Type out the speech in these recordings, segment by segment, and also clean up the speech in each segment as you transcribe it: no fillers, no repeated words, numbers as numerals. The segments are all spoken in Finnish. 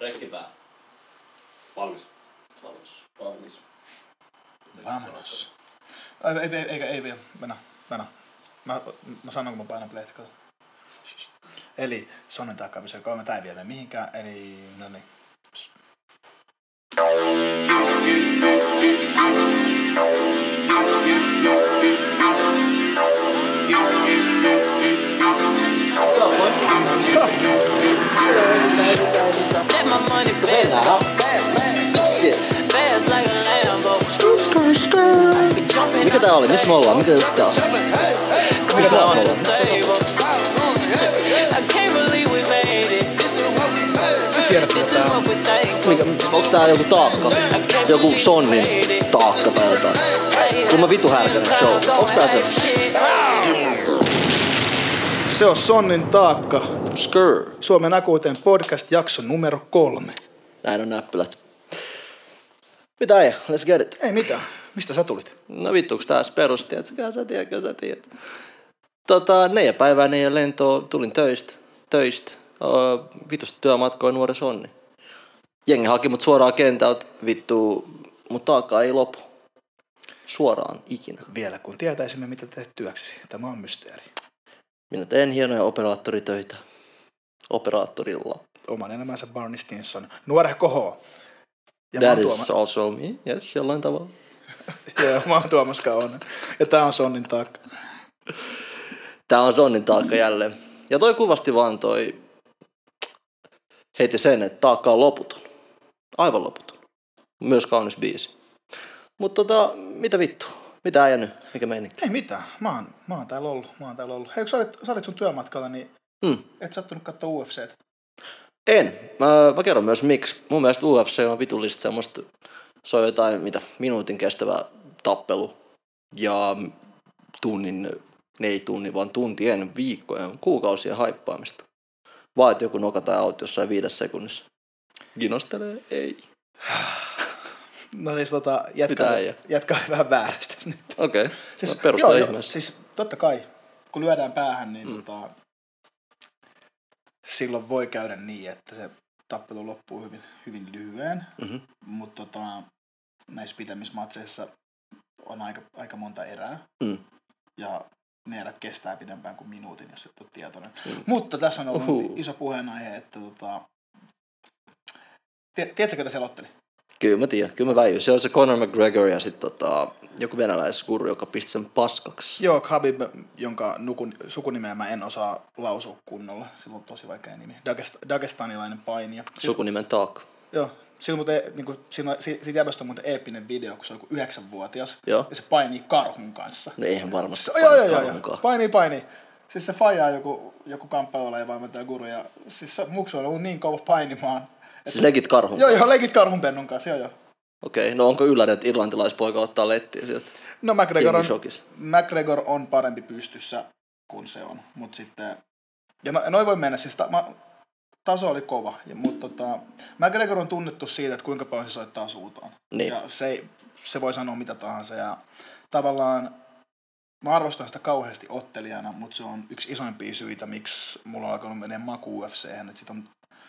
Rekkipää. Valmis. Ei vielä. Mennä. Mä sanon, kun mä painan play. Eli Sonnen taakka visio 3. Tää ei vielä mihinkään. Eli no niin. Let my money fast, fast like a Lambo. Be jumping Mikä tää oli? Mistä me ollaan? Mikä juttu tää on? Mikä tää on? I can't believe we made it. This is what we think. Onks tää joku taakka? Joku Sonnin taakka tai jotain? Kun mä vitu härkänen show. Onks tää se? Se on Sonnin taakka. Skrr. Suomen akuuteen podcast jakso numero 3. Näin on näppylät. Mitä ei? Let's get it. Ei mitään. Mistä sä tulit? No vittuuks tääs perusti, et kyllä sä tiedät. 4 päivää 4 lentoa, tulin töistä. Vitusta työmatkoin nuori Sonni. Jengi haki mut suoraan kentältä, vittu, mut taakka ei lopu. Suoraan ikinä. Vielä kun tietäisimme, mitä teet työksesi. Tämä on mysteeri. Minä teen hienoja operaattoritöitä. Operaattorilla. Oman elämänsä Barney Stinson. Nuorehko H. Ja That is also me. Yes, jollain tavalla. Joo, mä oon Tuomas Kauhanen. Ja tää on Sonnin taakka. Tää on Sonnin taakka jälleen. Ja toi kuvasti vaan heiti sen, että taakka on loputon. Aivan loputon. Myös kaunis biisi. Mutta mitä vittu? Mitä äijä nyt? Mikä meininki? Ei mitään. Mä oon täällä ollut. Hei, kun sä olit sun työmatkalla, niin et sattunut katsoa UFC:tä. En. Mä kerron myös miksi. Mun mielestä UFC on vitullista semmoista, se on jotain minuutin kestävä tappelu ja vaan tuntien, viikkojen, kuukausien haippaamista. Vaan että joku nokataan auto jossain 5 sekunnissa. Ginostelee? Ei. No siis jätkä oli vähän väärästä nyt. Okei. Siis, perustaa ihmeessä. Siis totta kai, kun lyödään päähän, niin silloin voi käydä niin, että se tappelu loppuu hyvin lyhyen. Mm-hmm. Mutta näissä pitämismatseissa on aika monta erää. Mm. Ja ne erät kestää pidempään kuin minuutin, jos et ole tietoinen. Mutta tässä on ollut iso puheenaihe, että tiedätkö, ketä siellä otteli? Kyllä mä tiedän, kyllä mä väijyn. Se on se Conor McGregor ja sitten joku venäläisguru, joka pisti sen paskaksi. Joo, Khabib, jonka sukunimeä mä en osaa lausua kunnolla. Sillä on tosi vaikea nimi. Dagestanilainen painija. Sukunimen taakka. Joo. Siitä jäbästä on muuten eeppinen video, kun se on joku 9-vuotias. Joo. Ja se painii karhun kanssa. No eihän varmasti Joo. Painii. Siis se faijaa joku kamppailulla ja valmentaa guru. Ja siis se muksu on ollut niin kova painimaan. Siis legit karhun? Joo, legit karhunpennun kanssa, joo. Okei, no onko ylläinen, että irlantilaispoika ottaa lettiä sieltä? No McGregor on parempi pystyssä kuin se on, mutta sitten, ja noin voi mennä, siis taso oli kova, mutta McGregor on tunnettu siitä, että kuinka paljon se soittaa suutaan. Niin. Ja se voi sanoa mitä tahansa ja tavallaan mä arvostan sitä kauheasti ottelijana, mutta se on yksi isoimpia syitä, miksi mulla on alkanut menee maku UFC:hen, että sit on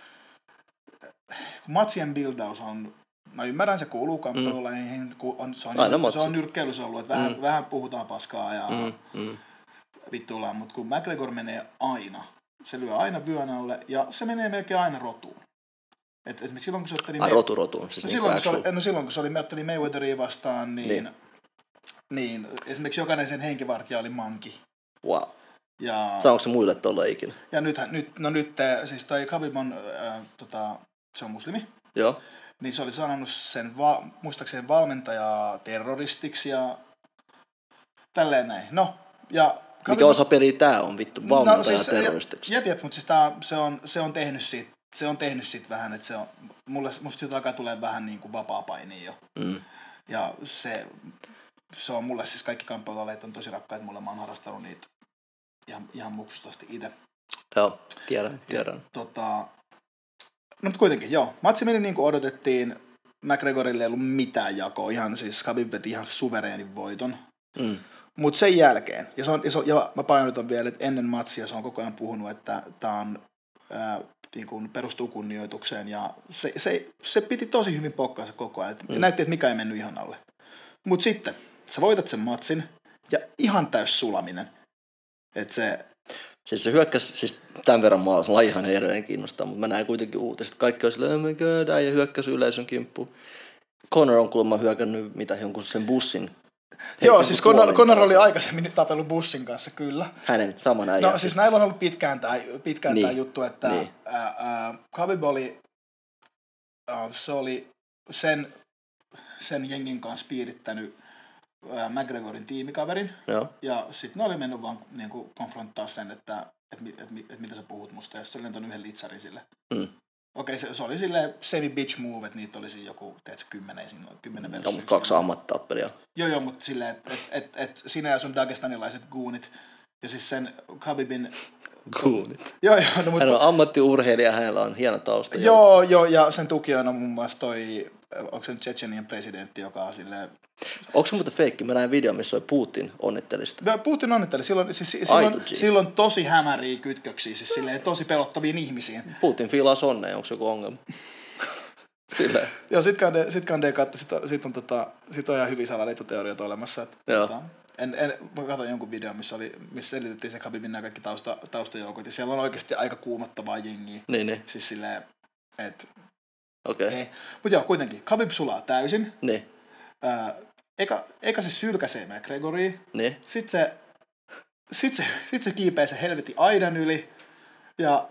matsien buildaus on, mä ymmärrän, se kuuluu kamppailuihin, se on nyrkkeilys ollut, että vähän puhutaan paskaa ja vittuillaan, mutta kun McGregor menee aina, se lyö aina vyön alle ja se menee melkein aina rotuun. Et esimerkiksi silloin, kun se otteli... rotuun, siis silloin, kun me otteli Mayweatheria vastaan, niin esimerkiksi jokainen sen henkivartija oli manki. Wow. Saanko se muille tuolla ikinä? Ja nyt siis toi Khabib on, se on muslimi. Joo. Niin se oli sanonut sen muistaakseen valmentajaa terroristiksi ja tälleen näin. No, ja Khabib, mikä osa peliä tää on vittu, valmentaja terroristiksi? Jep, mutta siis se on tehnyt siitä vähän, että musta siitä alkaa tulee vähän niin kuin vapaa-painia jo. Ja se on mulle siis kaikki kamppailualeet on tosi rakkaita mulle, mä oon harrastanut niitä ihan muksustasti itse. Joo, tiedän. No mutta kuitenkin, joo. Matsi meni niin kuin odotettiin. McGregorille ei ollut mitään jakoa. Ihan siis Khabib veti ihan suvereenin voiton. Mutta sen jälkeen, ja mä painotan vielä, että ennen matsia se on koko ajan puhunut, että tää on niin kuin perustuu kunnioitukseen ja se piti tosi hyvin pokkaansa koko ajan. Näytti, että mikä ei mennyt ihan alle. Mutta sitten sä voitat sen matsin ja ihan täys sulaminen. Että se... Siis se hyökkäsi, siis tämän verran mua lajihan ei edelleen kiinnostaa, mutta mä näin kuitenkin uutiset. Kaikki on silleen, oh my god, ja hyökkäsi yleisön kimppuun. Conor on kuulemma hyökännyt jonkun sen bussin. Joo, siis Conor oli aikaisemmin tapellut bussin kanssa, kyllä. Hänen saman äijän. No siis näillä on ollut pitkään tämä juttu, että niin. Khabib oli, se oli sen jengin kanssa piirittänyt McGregorin tiimikaverin. Joo. Ja sitten ne oli mennyt vaan niinku konfronttaa sen, että mitä sä puhut musta, ja se oli lentänyt yhden litsarin sille. Okei, se oli silleen semi-bitch move, että niitä olisi joku, teetkö, 10 versus. No, mutta 2 ammattitappelia. Joo, mutta silleen, että sinä ja sun dagestanilaiset goonit, ja siis sen Khabibin... Goonit. Joo, no, mutta... Hän on ammattiurheilija, hänellä on hieno tausta. Joo, ja sen tukijana on muun muassa toi, onko se Tšetšenian presidentti, joka on silleen... Onko se muuten feikki? Mä näin video, missä oli Putin onnittelista. Putin onnitteli. Silloin tosi hämäriä kytköksiä, siis silleen tosi pelottaviin ihmisiin. Putin fiilaa onnea, onko se joku ongelma? Silleen. Joo, sit on ihan hyviä salaliittoteorioita olemassa. Joo. Mä katsoin jonkun videon, missä selitettiin se Khabibin nämä kaikki taustajoukot, ja siellä on oikeasti aika kuumottavaa jengiä. Niin. Siis silleen, että... Okei. Okay. Mutta joo, kuitenkin. Khabib sulaa täysin. Niin. Eka se sylkäsee McGregoria. Niin. Sitten se kiipee se helvetin aidan yli. Ja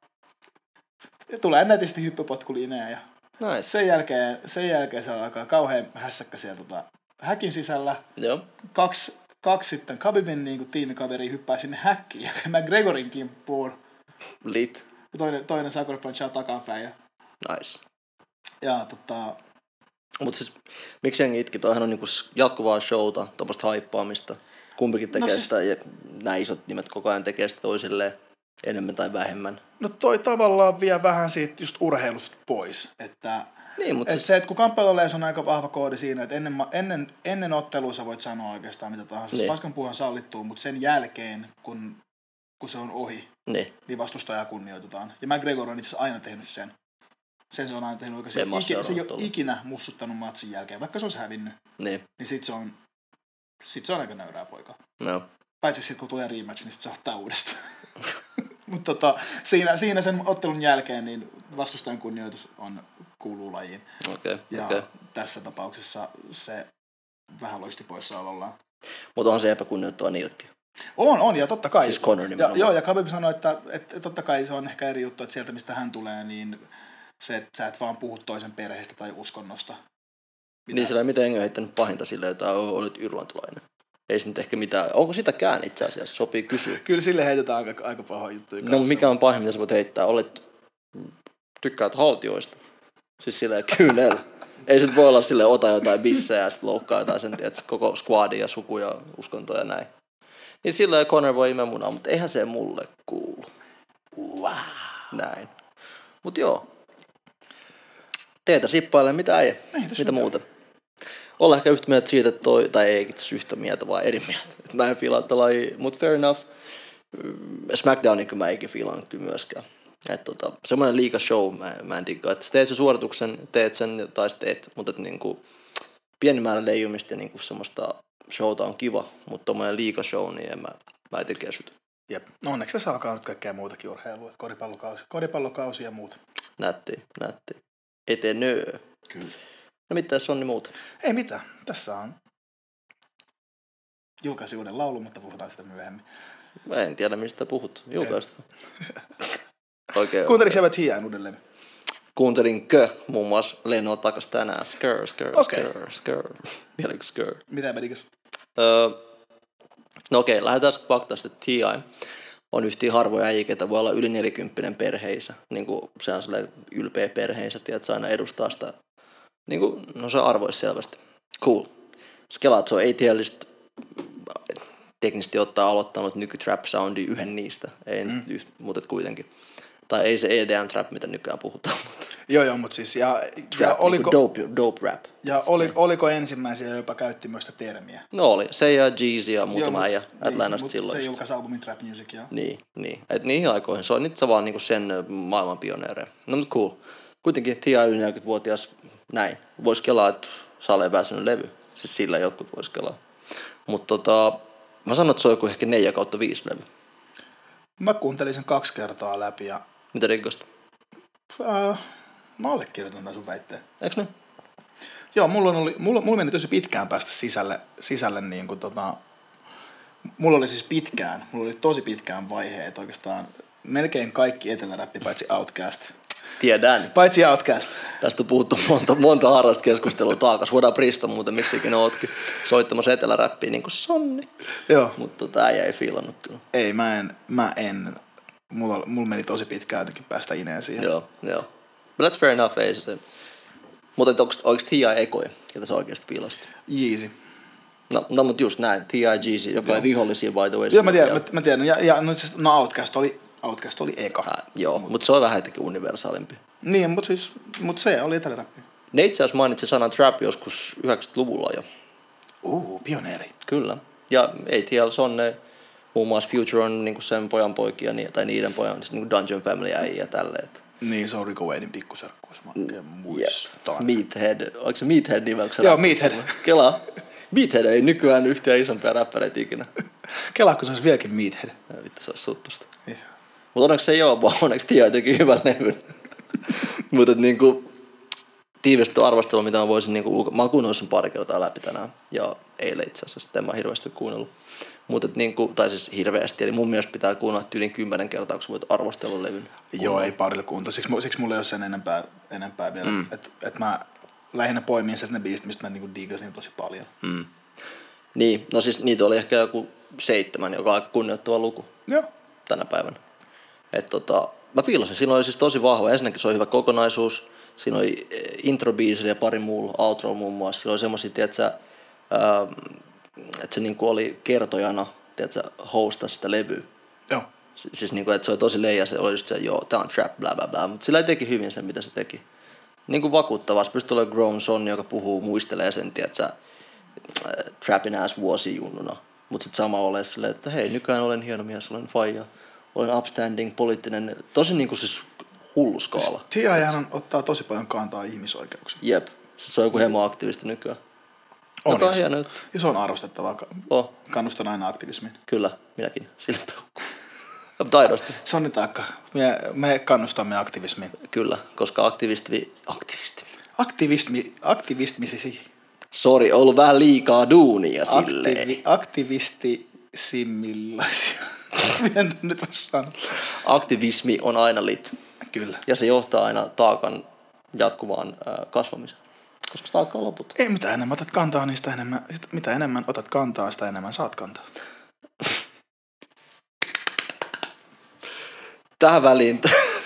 tulee nätisti hyppypotkulineen. Ja nice. Sen jälkeen se alkaa kauhean hässäkkä siellä häkin sisällä. Joo. Kaksi sitten Khabibin niinku tiimikaveri hyppää sinne häkkiin ja McGregorin kimppuun. Lit. Toinen sucker punchaa takapäin. Ja... Nice. Ja Mutta siis, miksi jengi itki? Toihan on niinku jatkuvaa showta, tommoista haippaamista. Kumpikin tekee sitä ja nämä isot nimet koko ajan tekee sitä toisilleen enemmän tai vähemmän. No toi tavallaan vie vähän siitä just urheilusta pois. Että niin, mutta se, että kun kamppailuleissa on aika vahva koodi siinä, että ennen ottelua sä voit sanoa oikeastaan mitä tahansa. Niin. Paskan puhua sallittuu, mutta sen jälkeen, kun se on ohi, niin vastustajaa kunnioitetaan. Ja McGregor on itse asiassa aina tehnyt sen. Se on aina tehnyt oikein. Se ei ole ikinä mussuttanut matsin jälkeen, vaikka se olisi hävinnyt. Niin sit se on aika nöyrää poika. No. Paitsi sitten kun tulee rematch, niin sit se ottaa uudestaan. Mutta siinä sen ottelun jälkeen niin vastustajan kunnioitus kuuluu lajiin. Okay. Tässä tapauksessa se vähän loisti poissaolollaan. Mutta on se epäkunnioittava niillekin. On, ja totta kai. Siis Conor nimenomaan. Joo, ja Khabib sanoi, että totta kai se on ehkä eri juttu, että sieltä mistä hän tulee, niin se, että sä et vaan puhu toisen perheestä tai uskonnosta. Niin sillä ei mitään enkä heittänyt pahinta silleen, että olet irlantilainen. Ei se nyt ehkä mitään. Onko sitäkään itse asiassa? Sopii kysyä. Kyllä sille heitetään aika pahoja juttuja. No mikä on pahin, mitä sä voit heittää? Tykkäät haltioista. Siis silleen kyynel. Ei se voi olla silleen, ota jotain bissejä ja sitten loukkaa jotain sen, tiedät, koko squadin ja suku ja uskontoja ja näin. Niin silleen Conor voi imeä munaa, mutta eihän se mulle kuulu. Wow. Näin. Mut joo. Teetä sippaille, mitä ei. Mitä muuta. Ollaan ehkä yhtä mieltä siitä, että tai ei yhtä mieltä, vaan eri mieltä. Että mä en fiilaa tätä lajia, mutta fair enough. SmackDownin mä eikin fiilannut kyllä myöskään. Että semmoinen liigashow, mä en diggaa. Että teet sen suorituksen, teet sen tai teet, mutta että niinku pieni määrä leijumista ja niinku semmoista showta on kiva, mutta tommoinen liigashow, niin mä en tekee syty. Jep. No onneksi se saa nyt kaikkea muutakin urheilua, koripallokausi ja muuta. Nätti. Etenöö. Kyllä. No mitä tässä on niin muuta? Ei mitään. Tässä on julkaisi uuden laulun, mutta puhutaan sitä myöhemmin. Mä en tiedä, mistä puhut. Julkaista. Oikein. Kuunteliko jävät Hiian uuden levy? Kuuntelinkö muun muassa Lennolla takas tänään. Skr. Vieläkö skr? Mitä medikas? No okei, lähdetään sitten faktaista, että T.I. on yhtiä harvoja äijä, ketä voi olla yli 40 perheisä. Niin kuin se on sellainen ylpeä perheisä, että se aina edustaa sitä. Niin kuin, no se arvoisi selvästi. Cool. Skelaat, se on ATLista teknisesti ottaa aloittanut nyky-trap-soundi yhden niistä. Ei mutta kuitenkin. Tai ei se EDM-trap, mitä nykyään puhutaan. Joo, mutta siis, ja Trap, oliko, niinku dope rap. ja oliko ensimmäisiä, jopa käytti myös sitä termiä? No oli. Se ja Jeezy ja muutama äijä Atlantasta niin, silloin. Se julkaisi albumin Trap Music, joo. Niin. Et niihin aikoihin se on nyt vaan niinku sen maailman pioneereja. No mut cool. Kuitenkin T.I. yli 40-vuotias näin. Vois kelaa, että Sale pääsenyt levy. Siis sillä jotkut vois kelaa. Mut mä sanon, että se on joku ehkä 4/5 levy. Mä kuuntelin sen 2 kertaa läpi ja Mitä rikkosta? mä allekirjoitan tämän sun väitteen. Eiks ne? Joo, mulla meni tosi pitkään päästä sisälle niin kuin mulla oli tosi pitkään vaiheet oikeastaan melkein kaikki eteläräppi paitsi Outkast. Tiedän. Paitsi Outkast. Tästä on puhuttu monta harrasta keskustelua taakas. Voidaan Priston muuten missikin ootkin soittamassa eteläräppiä niin kuin Sonni. Joo. Mutta äijä ei fiilannut kyllä. Ei, mä en. Mulla meni tosi pitkään jotenkin päästä ineen siihen. Joo. But that's fair enough, ei se. Mutta onko T.I. ekoja, ketä sä oikeasti fiilasit? Yeezy. No mut just näin, T.I. Jeezy, joka oli vihollisia by the way. Joo, mä tiedän. Ja no Outkast oli eka. Joo, mutta se on vähän jotenkin universaalimpi. Niin, mutta se oli eteläräppi. Ne itse asiassa mainitsi sanan trap joskus 90-luvulla jo. Pioneeri. Kyllä. Ja ATL Sonne, muun muassa Future on niinku sen pojan poikia, tai niiden pojan, siis niinku Dungeon Family äijä ja tälleen. Niin, se on Rico Wadein pikkuserkku, jos mä oikein muistan. Meathead, oliko se Meathead nimeltä? Joo, Meathead. Kela. Meathead ei nykyään yhtään isompia räppäreitä ikinä. Kela, kun se olisi vieläkin Meathead. Vittu, se olisi suttusta. Yeah. Mutta onneksi se ei ole, vaan onneksi T.I. teki hyvän levyn. Mutta niinku tiivistetty arvostelu, mitä mä voisin niinku mä oon kuunnellut sen pari kertaa läpi tänään. Ja eilen itse asiassa, en mä hirveästi kuunnellut. Mutta niinku, tai siis hirveästi, eli mun mielestä pitää kuunnella tyylin 10 kertaa, kun sä voit arvostella levyn. Joo, ei parille kuuntelu. Siksi mulla ei ole sen enempää vielä. Et mä lähinnä poimin sen ne biisit, mistä mä niinku digasin tosi paljon. Niin, no siis niitä oli ehkä joku 7, joka on aika kunnioittava luku. Joo. Tänä päivänä. Mä fiilasin, siinä oli siis tosi vahva. Ensinnäkin se oli hyvä kokonaisuus. Siinä oli intro-biisi ja pari muulla, outro muun muassa. Siinä oli semmosia, tiedätkö, että se niinku oli kertojana, tiedätkö, hostasi sitä levyä. Joo. Siis niinku, että se oli tosi leija, se oli just se, joo, tää on trap, bla bla bla. Mutta sillä ei teki hyvin sen, mitä se teki. Niinku vakuuttavaa. Se pystyi olemaan grown son, joka puhuu, muistelee sen, tiedätkö, trappin ass vuosijunnuna. Mutta sitten sama ole silleen, että hei, nykyään olen hieno mies, olen faija, olen upstanding, poliittinen, tosi niinku siis hullu skaala. T.I. ottaa tosi paljon kantaa ihmisoikeuksia. Jep, se on joku hemoaktivisti nykyään. On, joka on hieno juttu. Ja se on arvostettavaa. Kannustan aina aktivismiin. Kyllä, minäkin, sillä peukku. Taidosti. Sonni taakka, me kannustamme aktivismiin. Kyllä, koska Aktivismisi. Sori, ollut vähän liikaa duunia silleen. Aktivistisimmillaisia. Miten nyt voisi sanoa? Aktivismi on aina lit. Kyllä. Ja se johtaa aina taakan jatkuvaan kasvamiseen. Koska taakka on loput. Ei, mitä enemmän otat kantaa, niin mitä enemmän otat kantaa, sitä enemmän saat kantaa. Tähän väliin.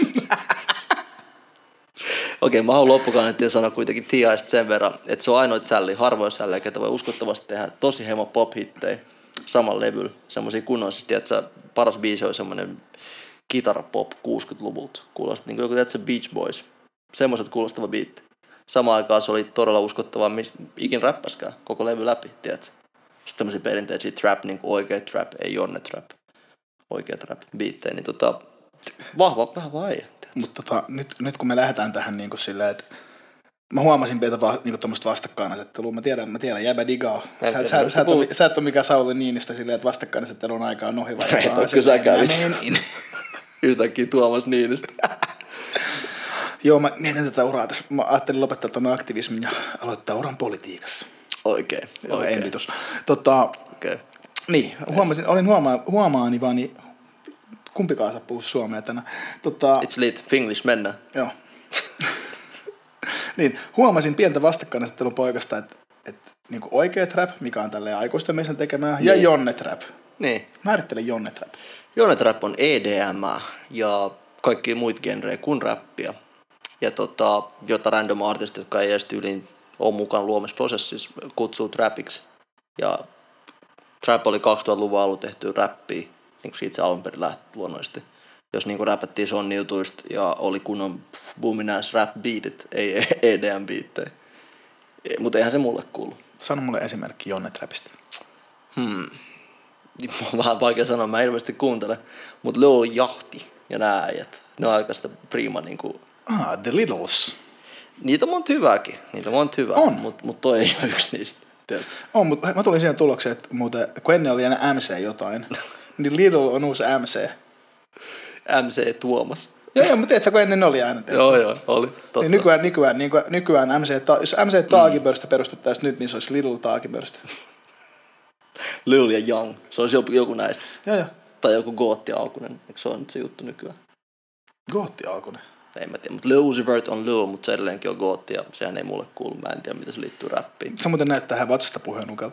Okei, mä haluan loppukaneettiin sanoa kuitenkin T.I.stä sen verran, että se on ainoa sälli, harvoin sälli, ketä voi uskottavasti tehdä tosi hemo pop-hittejä saman levyllä. Semmosia kunnollisesti, että paras biisi on semmonen kitarapop 60-luvulta. Kuulosti niin kuin joku, tiedätkö, Beach Boys. Semmoiset kuulostava biitti. Samaan aikaan se oli todella uskottavaa, mistä ikin räppäskään koko levy läpi, tiedätkö. Sitten tämmöisiä perinteisiä trap, niin kuin oikea trap, ei jonne trap. Oikea trap biittejä, niin vahva vai. Mutta nyt kun me lähdetään tähän niin kuin silleen, että mä huomasin pientä niin tuommoista vastakkainasettelua. Mä tiedän, jäbä digaa. Sä et ole mikään Sauli Niinistö silleen, että vastakkainasettelun aika on ohi. Et ole kyllä säkään yhtäkkiä Tuomas Niinistö. Joo, mä mietin tätä uraa tässä. Mä ajattelin lopettaa tämän aktivismin ja aloittaa uran politiikassa. Oikein. En vitus. Okei. Niin, olin huomaanivani, kumpikaan saa puhua suomea tänään. It's lit, Finglish, mennään. Joo. Niin, huomasin pientä vastakkainasettelun poikasta, että niinku oikea trap, mikä on tälleen aikuisten miesten tekemää, ja jonne trap. Niin. Määrittele jonne trap. Jonne trap on EDM ja kaikki muut genrejä kuin rappia. Ja jota random artistit, jotka ei edes tyyliin ole mukaan luomassa prosessissa, kutsuu trapiksi. Ja trap oli 2000-luvun alun tehty räppiä, niin kuin siitä se alun perin lähti luonnollisesti. jos niinku räpättiin Sonni jutuista ja oli kunnon booming ass rap beatit, ei EDM beattejä. Mutta eihän se mulle kuulu. Sano mulle esimerkki Jonne Trapista. Vähän vaikea sanoa, mä ilmeisesti kuuntelen. Mutta Lil Jahti ja nää äijät, ne on aika sitä prima niinku. The Littles. Niitä on monta hyvääkin, On. Mut toi ei ole yksi niistä. Tiedätkö? On, mutta mä tulin siihen tulokseen, että muuten, kun ennen oli aina MC jotain, niin Lidl on uusi MC. MC Tuomas. Joo, mutta tiedätkö, kun ennen oli aina. Joo, oli. Totta. Niin nykyään jos MC Taakipörstö perustettaisiin nyt, niin se olisi Lidl Taakipörstö. Lil ja Young, se olisi joku näistä. Joo. Tai joku Gootti Alkunen, eikö se ole nyt se juttu nykyään? Gootti Alkunen. Ei mä tiedä, mutta Lil Uzi Vert on Lil, mutta se edelleenkin on Gootti ja sehän ei mulle kuulu. Mä en tiedä, mitä se liittyy räppiin. Se muuten näyttää hän vatsasta puheenukelta.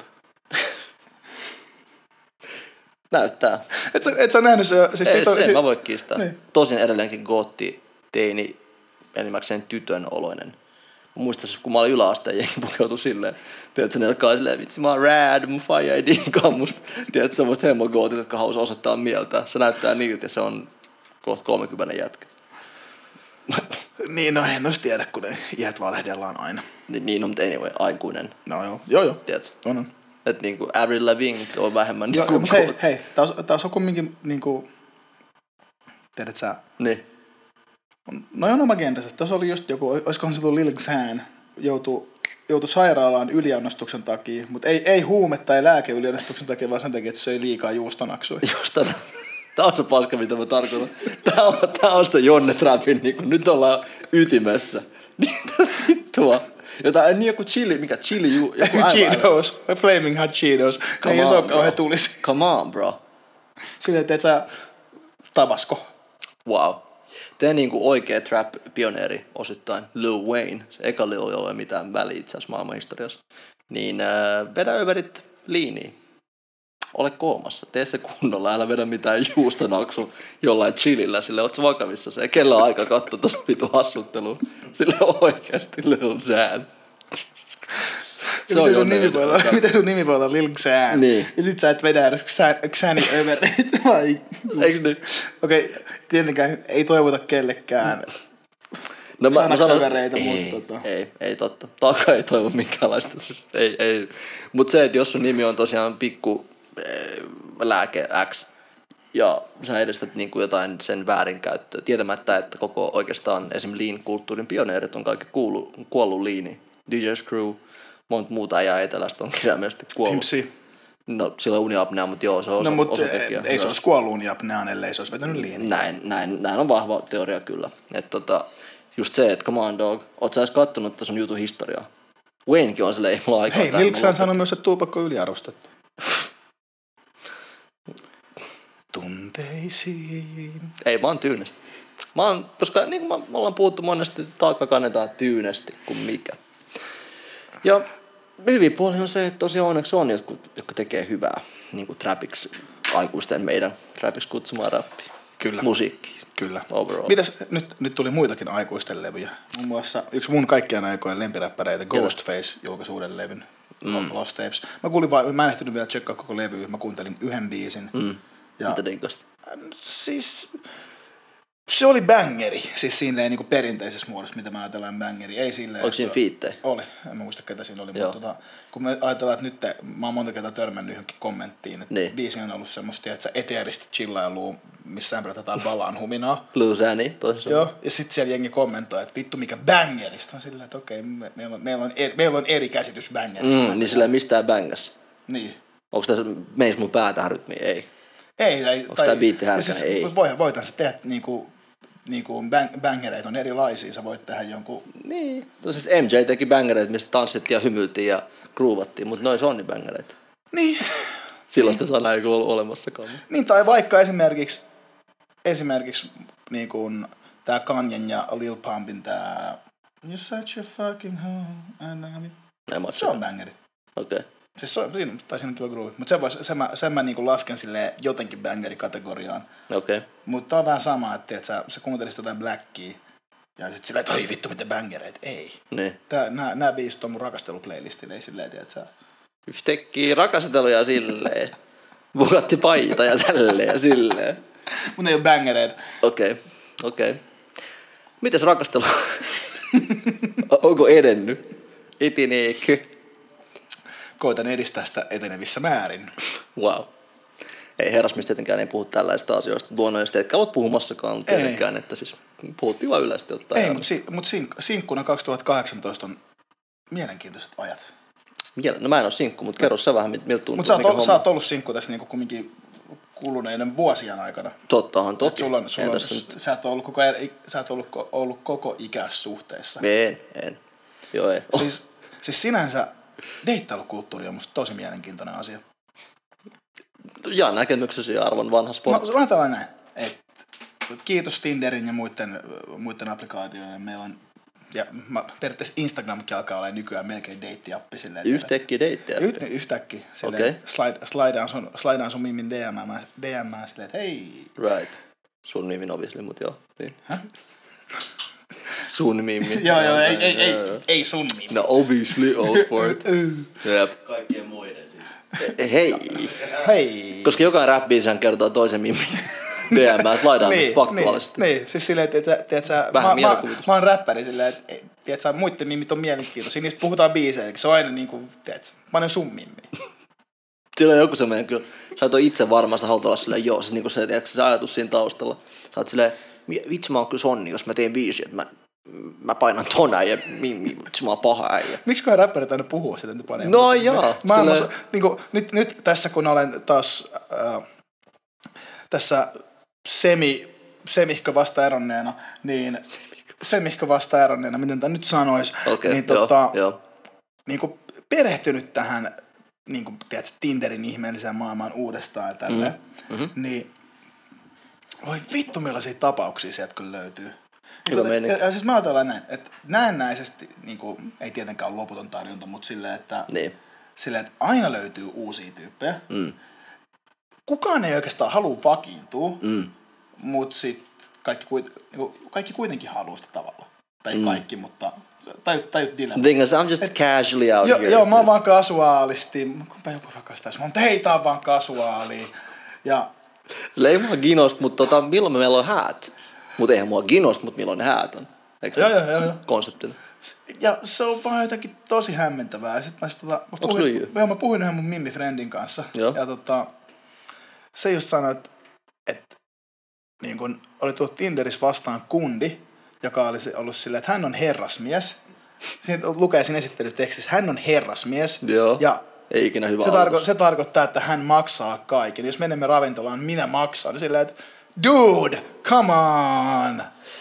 Näyttää. Et sä nähnyt se? Siis Ei, mä voin kiistää. Niin. Tosin edelleenkin Gootti teini enimmäkseen tytön oloinen. Mä muistan, kun mä olin yläasteen, jengi pukeutui silleen. Tiedätkö, ne jotka oli silleen, vitsi mä oon rad, mun faija ei diikaa musta. Tiedätkö, semmoista hemmogootit, jotka haluaisi osoittaa mieltä. Se näyttää niiltä ja se on kohta 30 jätkä. Niin, no en olisi tiedä, kun ne iät valehdellaan aina. Niin on, mutta anyway, aikuinen. No joo. Tiedätkö? On. Että niinku Avril Lavigne on vähemmän Joo, niinku hei, taas on kumminkin niinku, tiedät sä? Niin. No on oma genrensä. Tuossa oli just joku, olisikohan se tullut Lil Xan, joutui sairaalaan yliannostuksen takia, mutta ei huume- tai lääkeyliannostuksen takia, vaan sen takia, että söi liikaa juustonaksuja. Just tätä. Tää on se paska, mitä mä tarkoitan. Tää on sitä Jonne Trapin, niin kun nyt ollaan ytimessä. Mitä vittua? Jotain, niin joku chili, joku Cheetos, Flaming Hot Cheetos. Ei se ole kauhean tulisi. Come on, bro. Silleen, teet sä Tabasco. Wow. Te niinku oikea trap-pioneeri osittain, Lil Wayne, se eka Lil, jolla ei ole mitään väliä itse asiassa maailmanhistoriassa, niin vedä överit liiniin. Ole koomassa, tee se kunnolla, älä vedä mitään juustonaksu jollain chillillä, sille oot sä vakavissa, se ei kellä on aika katsoa tuossa vitu hassuttelua, sille oikeasti Lil Xan. Miten sun nimi voi olla Lil Xan? Niin. Ja sit sä et vedä edes Xani övereitä vai? Eiks niin? Okei, tietenkään ei toivota kellekään No mä sanon, övereitä, mutta ei totta. Taakka ei toivo minkäänlaista. Ei. Mutta se, että jos sun nimi on tosiaan pikku lääke X ja sä edestät niinku jotain sen väärinkäyttöä, tietämättä, että koko oikeastaan esimerkiksi lean-kulttuurin pioneerit on kaikki kuollut leaniin. DJ Screw, monta muuta äijää etelästä on kirjaimellisesti kuollut. MC. No sillä on uniapnea, mutta joo, se on osatekijä. Ei se olisi kuollut uniapneaan, ellei se olisi vetänyt liiniin. Näin on vahva teoria kyllä. Että just se, että come on dog, oot sä edes kattonut tässä sun jutun historiaa? Waynekin on silleen, ei mulla aikaa. Hei, Lil Xan sanoi myös, että Tupac on yliarvostettu. Tunteisiin. Ei, mä oon tyynesti. Koska niin kuin me ollaan puhuttu monesti, taakka kannetaan tyynesti kuin mikä. Ja hyvin puoli on se, että tosiaan onneksi on jotka tekee hyvää niin kuin trapiksi, aikuisten meidän trapiksi kutsumaan rappia. Kyllä. Musiikki. Kyllä. Overall. Mitäs, nyt tuli muitakin aikuisten levyjä. Muun muassa yksi mun kaikkien aikojen lempiräppäreitä, Ghostface, julkaisi uuden levyn. Lost Tapes. Mä en ehtinyt vielä tsekkaa koko levyä, mä kuuntelin yhden biisin. Ja mitä teikosta? Siis se oli bangeri, siis silleen niin kuin perinteisessä muodossa, mitä mä ajatellaan bangeri. Ei silleen. Onko siinä fiittejä? Oli, en muista ketä siinä oli, mutta kun me ajatellaan, että nyt mä oon monta kertaa törmännyt johonkin kommenttiin, että biisi on ollut semmoista, että eteeristä chillailua, missä sämprätetään balaan huminaa. Lil Xani, toisaalta. Joo, ja sitten siellä jengi kommentoi, että vittu mikä bangerista on sillä, että okei, meillä on eri käsitys bangerista. Niin silleen mistään bängässä. Niin. Onko tässä, menis mun pää tähän rytmiin? Ei. Onko tää biitti härkänä? Ei. Voitaisiin tehdä niinku bangereita on erilaisia, sä voit tehdä jonkun. Niin. Tosiaan MJ teki bangereita, mistä tanssittiin ja hymyltiin ja groovattiin, mutta noin Sonni bangereita. Niin. Silloista sanaa ei ollut olemassakaan. Niin, tai vaikka esimerkiksi niin kuin tää Kanyen ja Lil Pumpin tää You such a fucking hoe. Se on bangeri. Okei. Siis siinä on kiva groove. Mutta sen mä niinku lasken silleen jotenkin bangeri-kategoriaan. Okei. Mutta on vähän sama, että sä kuuntelisit jotain Blackia ja sit silleen, että oi vittu miten bangereita. Ei. Niin. Nää biisit on mun rakasteluplaylistille, ei silleen, tiedät sä. Yhtäkkiä rakasteluja silleen. Bugatti paita ja tälleen ja silleen. Mun ei oo bängereitä. Okei. Mites rakastelu? Onko edennyt? Eteneekö? Koitan edistää sitä etenevissä määrin. Wow. Ei herrasmies tietenkään ei puhu tällaista asioista luonnollisesti, etkä ole puhumassakaan tietenkään, että siis puhuttiin vaan yleisesti ottaen. Ei, mutta sinkkuna 2018 on mielenkiintoiset ajat. No mä en ole sinkku, mutta kerro sä vähän, miltä tuntuu. Mutta sä oot ollut sinkku tässä niinku kumminkin kuluneiden vuosien aikana. Tottahan toki. Sä et ollut koko ikässä suhteessa. En. Joo ei. Siis sinänsä deittailukulttuuri on musta tosi mielenkiintoinen asia. Jaa näkemyksesi ja arvon vanha sportti. Mä ajatellaan näin, että kiitos Tinderin ja muiden applikaatioiden. Meillä on, ja periaatteessa Instagramkin alkaa olla nykyään melkein deittiappi. Yhtäkkiä deittiappi? Yhtäkkiä. Okei. Slidaan sun mimin DMään silleen, että hei. Right. Sun mimin obviously, mut joo. Niin. Sun mimmi. Joo, ei sun mimmi. No obviously, all sport. Yep. Kaikkien muiden siis. Hei. Koska jokainen rap-biisihän kertoo toisen mimmin DM:ään slaidaan faktuaalisesti. Niin, siis silleen, että mä oon räppäri silleen, että tiedätkö, muiden mimmit on mielenkiintoisia, niistä puhutaan biisejä, se on aina niinku, tiedätkö, mä olen sun mimmi. Siellä on joku semmoinen kyllä, sä oot itse varmaan, sä haluat olla silleen, joo, se, niinku se, tiedätkö, se ajatus siinä taustalla. Sä oot silleen, vitsi mä oon kyllä sonni, jos mä teen biisiä, että mä painan ton äijä, vitsi mä oon paha äijä. Miksiköhän räppärit aina puhuu sitä, että panee? No joo. Niinku, nyt tässä kun olen taas tässä semihkö vasta eronneena, niin miten tämä nyt sanoisi, niin joo. Niinku perehtynyt tähän niinku tiedätkö, Tinderin ihmeelliseen maailmaan uudestaan ja tälleen, niin voi vittu millaisia tapauksia sieltä kyllä löytyy. Ja siis mä ajatellaan näin, että näennäisesti niinku, ei tietenkään ole loputon tarjonta, mutta silleen, että aina löytyy uusia tyyppejä. Kukaan ei oikeastaan halua vakiintua, mutta sitten kaikki kuitenkin haluaa sitä tavalla. Tai kaikki, mutta tajut dilemma. I'm just casually out here. Joo, mä oon vaan kasuaalisti. Kumpa joku rakastaisi. Mutta hei, tää on vaan kasuaali. Ja ei mua ginost, mutta milloin meillä on häät? Mutta eihän mua ginost, mutta milloin ne häät on? Eikö joo. Konseptina. Ja se on vaan jotenkin tosi hämmentävää. Ja sit mä puhuin yhden mun mimmi-friendin kanssa. Joo. Ja se just sanoi, että niin kun oli tullut Tinderissä vastaan kundi, joka oli ollut silleen, että hän on herrasmies. Siinä lukee siinä esittelytekstissä, hän on herrasmies. Joo. Ja ei ikinä hyvä se tarkoittaa, että hän maksaa kaiken. Jos menemme ravintolaan, minä maksan. Niin silleen, että dude, come on!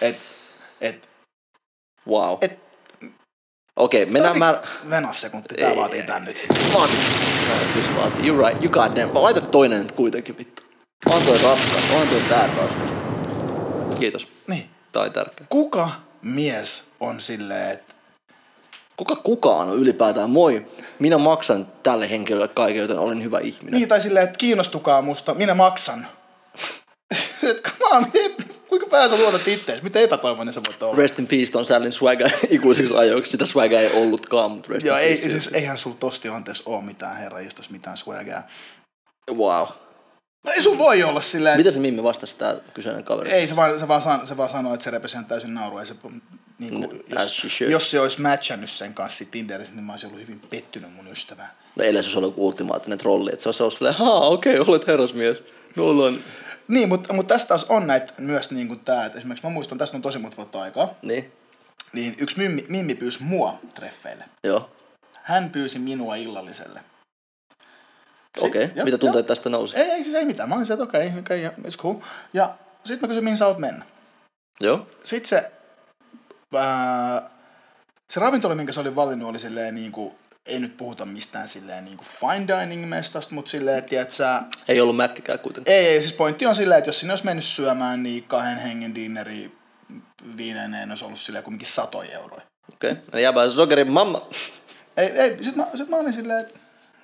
Wow. Okei, mennään Venä sekunti, tää vaatii tän nyt. Vaatii. You're right, you got them. Laita toinen nyt kuitenkin vittu. On toi tää raskasta. Kiitos. Niin. Tää oli tärkeä. Kuka mies on silleen, että kukaan on ylipäätään moi. Minä maksan tälle henkilölle kaiken, joten olen hyvä ihminen. Niin, tai silleen, että kiinnostukaa musta, minä maksan. Että come on, kuinka vähän sä luotat ittees? Miten epätoivoinen sä voit olla? Rest in peace, ton Sallin swagger ikuisiksi ajoiksi. Sitä swagger ei ollutkaan, mutta rest joo, in peace. Siis, eihän sulla tossa tilanteessa ole mitään herranjestas, mitään swagger. Wow. No ei sun voi olla silleen. Mitä se Mimmi vastasi tää kyseinen kaveri? Ei, se vaan sanoi, että se repesi täysin naurua. Niin jos se olisi matchannut sen kanssa Tinderissä, niin mä olisin ollut hyvin pettynyt mun ystävään. No eilen se olisi ollut ultimaattinen trolli, että se olisi ollut silleen, okei, olet herrasmies. No ollaan. Niin, mutta tästä taas on näitä myös niin kuin tää, että esimerkiksi mä muistan, tästä on tosi monta vuotta aikaa. Niin yksi mimmi pyysi mua treffeille. Joo. Hän pyysi minua illalliselle. Okei, mitä tunteet tästä nousi? Ei siis ei mitään. Mä olin se, että okei, it's cool. Ja sit mä kysyin, mihin sä haluat mennä. Joo. Sit se ravintola, minkä se oli valinnut, oli silleen niinku, ei nyt puhuta mistään silleen niinku fine dining mestasta, mutta silleen, että sä... Ei ollut mäkkikään kuitenkaan. Ei, siis pointti on silleen, että jos sinne olisi mennyt syömään, niin 2 hengen dinneri viineineen olisi ollut silleen kuitenkin 100 euroa. Okei, no jääpä sokerin mamma. Ei, sit mä olin silleen, että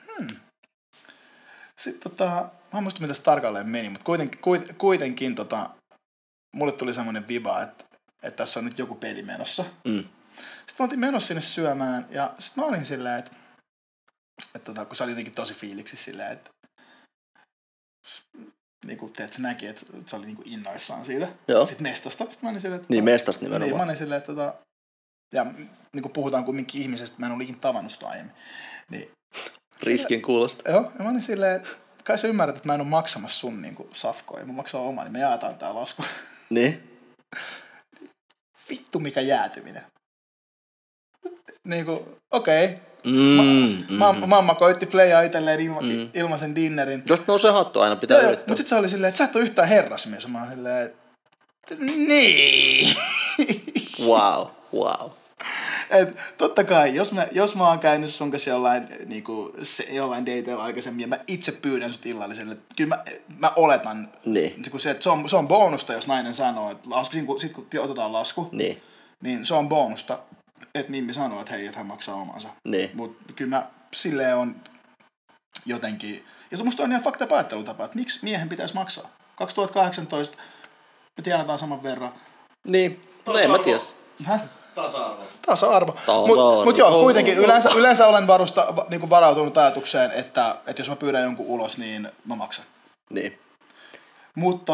Sitten mä en muista mitä se tarkalleen meni, mutta kuitenkin mulle tuli semmoinen viba, että tässä on nyt joku peli menossa. Sitten mä oltiin menossa sinne syömään ja sitten mä olin silleen, että kun se oli jotenkin tosi fiiliksi silleen, että niinku, teet, se näki, että se oli niinku innoissaan siitä. Joo. Sitten mestasta. Sitten mä olin silleen, että... Niin, mestasta nimenomaan. Niin, mä olin silleen, että ja niinku puhutaan kumminkin ihmisestä, mä en ole ikinä tavannut sitä aiemmin. Niin, riskin kuulosta. Joo, ja mä olin silleen, että kai sä ymmärrät, että mä en ole maksamassa sun niinku safkoja. Mä maksan omaa, niin me jaetaan tää lasku. Niin? Vittu mikä jäätyminen. Niinku, okei. Mamma koitti playaa itselleen ilmaisen dinnerin. Jos nousee hattu aina, pitää yrittää. Mut sit se oli silleen, että sä et ole yhtään herrasmies. Mä oon silleen, että niin. Wow. Et totta kai, jos mä oon käynyt sun kanssa jollain dateilla aikaisemmin ja mä itse pyydän sut illalliselle, kyllä mä oletan, niin. Se, että se on bonusta, jos nainen sanoo, että sit kun otetaan lasku, niin se on bonusta, että Mimmi sanoo, että hei, että hän maksaa omansa. Niin. Mutta kyllä mä silleen on jotenkin, ja se musta on ihan fakta päättelutapa, että miksi miehen pitäisi maksaa. 2018 me tienataan saman verran. Niin, no en mä tiedä. Tasa-arvo. Mut joo, kuitenkin yleensä olen niinku varautunut ajatukseen, että jos mä pyydän jonkun ulos, niin mä maksan. Niin. Mut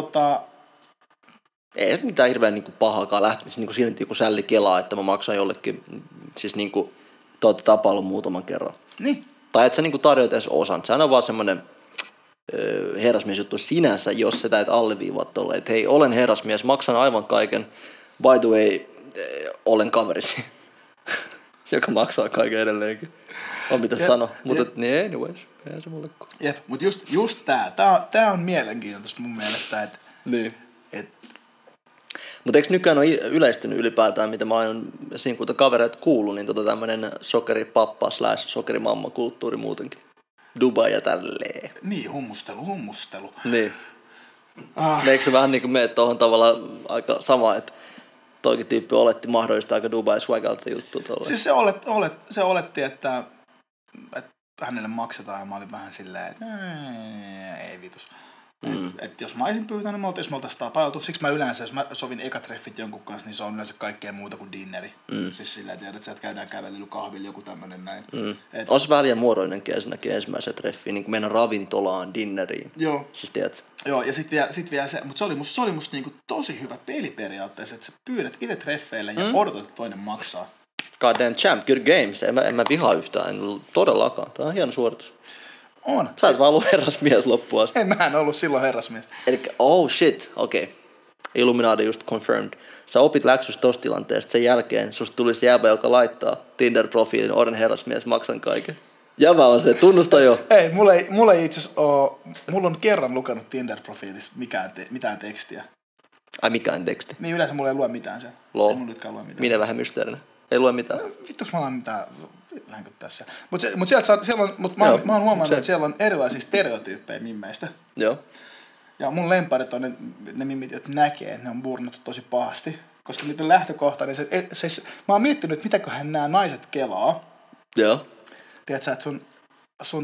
ei se mitään hirveän niinku pahaakaan lähtemistä niinku siinä, kun sälli kelaa, että mä maksan jollekin, siis niinku te ootte tapaillut muutaman kerran. Niin. Tai et sä niinku tarjoat edes osan. Sehän on vaan semmonen herrasmiesjuttu sinänsä, jos sä et alleviivaa tolle, että hei, olen herrasmies, maksan aivan kaiken, by the way, olen kaverisi, joka maksaa kaiken edelleenkin. On mitä sanoa, mutta niin anyways, eihän se mulle kuulu. Jep, mutta just tää on mielenkiintoista mun mielestä, että niin. Mutta eikö nykyään ole yleistynyt ylipäätään, mitä mä oon siinä kavereita kuullut, niin tämmönen sokeripappa / sokerimamma kulttuuri muutenkin. Dubai ja tälleen. Niin, hummustelu. Niin. Eikö se vähän niin kuin mene tuohon tavallaan aika sama, että toikin tyyppi oletti mahdollista aika Dubai swagalta juttu tuolla. Siis se oletti, että hänelle maksetaan ja mä olin vähän silleen, että ei vitus. Et jos mä olisin pyytänyt, me oltaisiin tapailtu. Siksi mä yleensä, jos mä sovin ekatreffit jonkun kanssa, niin se on yleensä kaikkea muuta kuin dinneri. Siis silleen, että käydään kävelyllä kahvilla, joku tämmönen näin. On se vähän liian muodoinenkin ensinnäkin ensimmäisen treffiin, niin kuin mennä ravintolaan, dinneriin. Joo. Siis tiedätkö? Joo, ja sit vielä se, mutta se oli musta niinku tosi hyvä peli periaatteessa, että sä pyydät itse treffeille ja odotat, että toinen maksaa. Goddamn champ, good games. En mä vihaa yhtään, en todellakaan. Tämä on hieno suoritus. On. Sä et vaan ollut herrasmies loppuun asti. Mä en ollut silloin herrasmies. Elikkä, oh shit, okei. Okay. Illuminati just confirmed. Sä opit läksystä tosta tilanteesta, sen jälkeen susta tulisi jäbä, joka laittaa Tinder-profiilin, olen herrasmies, maksan kaiken. Jäbä on se, tunnusta jo. Ei, mulla ei itse asiassa mulla on kerran lukenut Tinder-profiilissa mitään tekstiä. Ai mikään teksti? Niin yleensä mulla ei lue mitään sen. Loo. Ei mulla nytkään lue mitään. Minä vähän mysteerinä. Ei lue mitään. No, vittuks mä oon mitään, lähdenkö tässä. Mä oon huomannut, että siellä on erilaisia stereotyyppejä mimmeistä. Joo. Ja mun lemparit on ne mimmit, jotka näkee, että ne on burnattu tosi pahasti. Koska niiden lähtökohtainen, mä oon miettinyt, että mitäköhän nämä naiset kelaa. Joo. Tiedätkö, että sun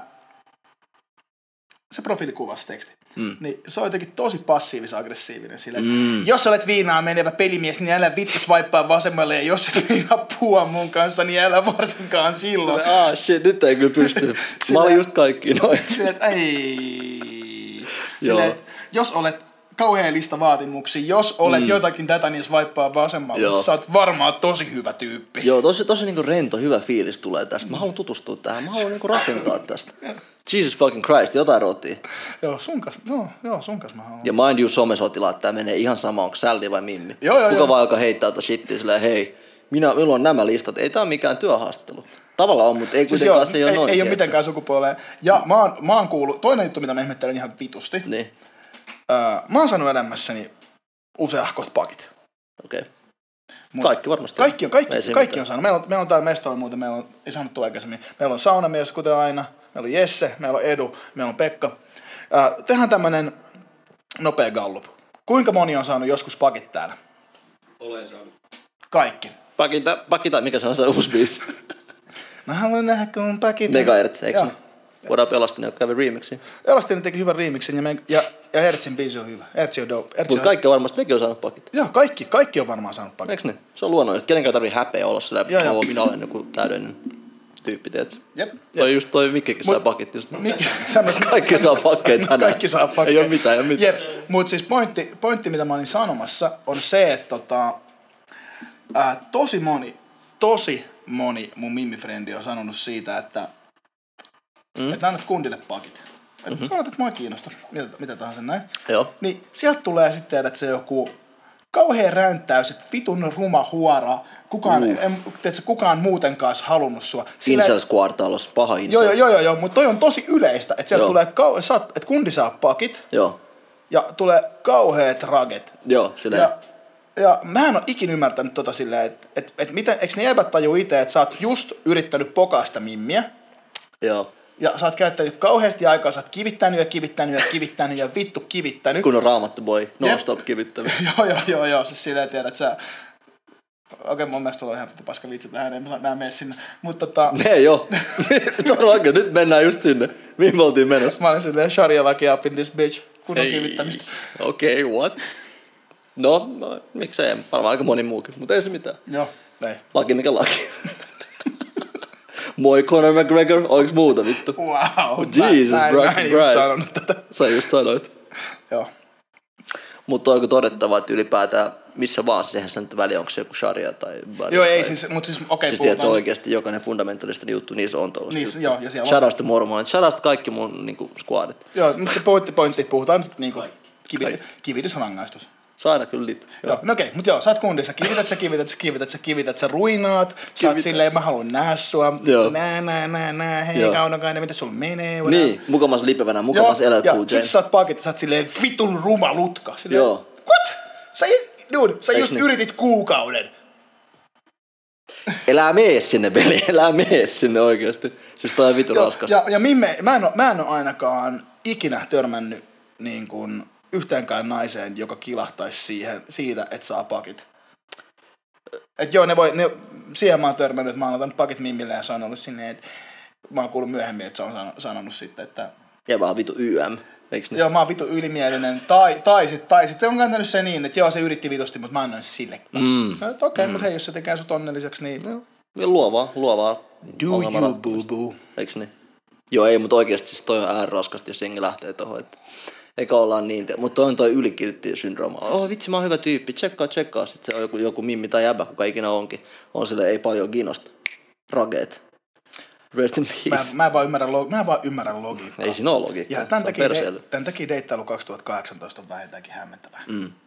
se profiilikuvasteksti. Niin se on jotenkin tosi passiivis-aggressiivinen silleen, jos olet viinaa menevä pelimies, niin älä vittu swipea vasemmalle, ja jos et viinaa puhua mun kanssa, niin älä varsinkaan silloin. Shit, nyt ei kyllä pysty. Mä olin just kaikki noin. Silleen, että ei. Silleen, jos olet kauhean lista vaatimuksia, jos olet jotakin tätä, niin swipea vasemmalle. Joo. Sä oot varmaan tosi hyvä tyyppi. Joo, tosi niinku rento, hyvä fiilis tulee tästä. Mä haluan tutustua tähän, mä haluan niinku rakentaa tästä. Jesus fucking Christ, jotain rotia. Joo, sun kas mä haluan. Ja mind you, somesotilaat, tää menee ihan sama, onko sälli vai mimmi. Joo. vaan joka heittää tuota shittiä silleen, hei, minulla on nämä listat, ei tää ole mikään työhaastelu. Tavallaan on, mutta ei kuitenkaan se ole noin. Ei ole mitenkään sukupuoleen. Ja mä oon kuullut, toinen juttu, mitä mä ihmettelen ihan vitusti. Niin. Mä oon saanut elämässäni useahkot pakit. Okei. Kaikki varmasti. Kaikki on saanut. Meillä on täällä mestoilla muuten, meillä on, ei sanottu aikaisemmin, meillä on saunamies, kuten aina, meillä on Jesse, meillä on Edu, meillä on Pekka. Tehdään tämmönen nopea gallup. Kuinka moni on saanut joskus pakit täällä? Olen saanut. Kaikki. Pakita, mikä se on se uusi biisi? Mä haluan nähdä, kun pakit. Negairts, eikö ne? Voidaan Elastinen, joka kävi remixin. Elastinen teki hyvän remixin ja Hertzin biisi on hyvä. Hertzi on dope. Mutta kaikki on varmasti, nekin on saanut pakit. Joo, kaikki on varmaan saanut pakit. Eikö ne? Se on luonnollista. Kenenkään tarvii häpeä olla sillä, minä olen joku täydellinen. tyyppi, tiedätkö? Jep. Toi just toi Mikkikin saa pakit just. Kaikki saa pakkeja tänään. Kaikki saa pakkeja. Ei oo mitään. Jep, mut siis pointti, mitä mä olin sanomassa, on se, että tosi moni mun mimmifrendi on sanonut siitä, että annat kundille pakit. Että sanot, että mua kiinnostaa, mitä tahansa näin. Joo. Niin sieltä tulee sitten, että se joku kauhean ränttäys, että vitun ruma huora, kukaan muutenkaan olisi halunnut sua. Incels-kvartaalos, paha incel. Joo, mutta toi on tosi yleistä, että sieltä tulee, että kundi saa pakit. Joo. Ja tulee kauheat raget. Joo, silleen. Ja mä en ole ikin ymmärtänyt tota silleen, että miten, eikö ne jäbät tajuu itse, että sä oot just yrittänyt pokasta mimmiä. Joo. Ja sä oot käyttänyt kauheasti aikaa, sä oot kivittänyt ja vittu kivittänyt. Kun on Raamattu boy, non-stop kivittänyt. Joo, siis silleen tiedät, että sä... Okei, mun mielestä tuolla on ihan vittu paska vitsi tähän, mä en mene sinne. Mutta Ne joo. Todellakin, nyt mennään just sinne. Mihin me oltiin menossa? Mä olin silleen sharia-laki up in this bitch, kun on kivittämistä. Okei, what? No, miksei, varmaan aika moni muukin, mutta ei se mitään. Joo, ei. Laki mikä laki. Moi Conor McGregor, oiks muuta vittu? Wow. Jesus mä en just sanonut tätä. Sä just sanoit. Joo. Mutta onko todettava, että ylipäätään missä vaan, siis eihän se nyt väliä, onko se joku sharia tai... Joo, ei siis, mutta siis okei. Siis tiedät, se oikeasti jokainen fundamentalistinen juttu, niissä on tollaista niin, juttu. joo, ja siellä on. Shoutouts mormonit, shoutouts kaikki mun niinku squadit. Joo, mutta se pointti, puhutaan nyt niinku kivitysrangaistus. Se aina kyllä liittyy. Joo, no okei, mutta joo, sä oot kundissa, kivität, sä ruinaat, sä oot silleen, mä haluun nähdä sua, hei kaunokainen, mitä sulla menee. Niin, mukamas lipevänä, mukamas elät Cool James. Sit sä oot pakit, sä oot silleen vitun ruma lutka. Silleen, joo. What? Sä just yritit kuukauden. Elää mee sinne, Veli, elää mee sinne oikeesti. Siis toi on vitun raskasta. Ja mä en oo ainakaan ikinä törmännyt niin kuin yhteenkään naiseen, joka kilahtaisi siitä, että saa pakit. Et joo, siihen mä oon törmännyt, että mä oon ottanut pakit mimmille ja se on ollut sinne, että mä oon kuullut myöhemmin, että se on sanonut sitten, että... Ja vaan vitu YM, eiks niin? Joo, mä oon vitu ylimielinen. Tai sitten on kantanut se niin, että joo, se yritti vitusti, mutta mä annoin sille. Okei, mutta hei, jos se tekee sut onnelliseksi, niin... Ja luovaa. Do you, boo-boo. Eiks niin? Joo, ei, mutta oikeesti siis toi on ääriraskasti, jos jengi lähtee tohon, että... Eikä ollaan niin, mutta on toi ylikiltti-syndrooma. Vitsi, mä oon hyvä tyyppi, tsekkaa. Sitten se on joku mimmi tai jäbä, kuka ikinä onkin. On sille ei paljon kiinnosta. Rageet. Rest in peace. Mä en vaan ymmärrä logiikkaa. Ei siinä ole logiikkaa. Ja tämän takia deittailu 2018 on vähintäänkin hämmentävää.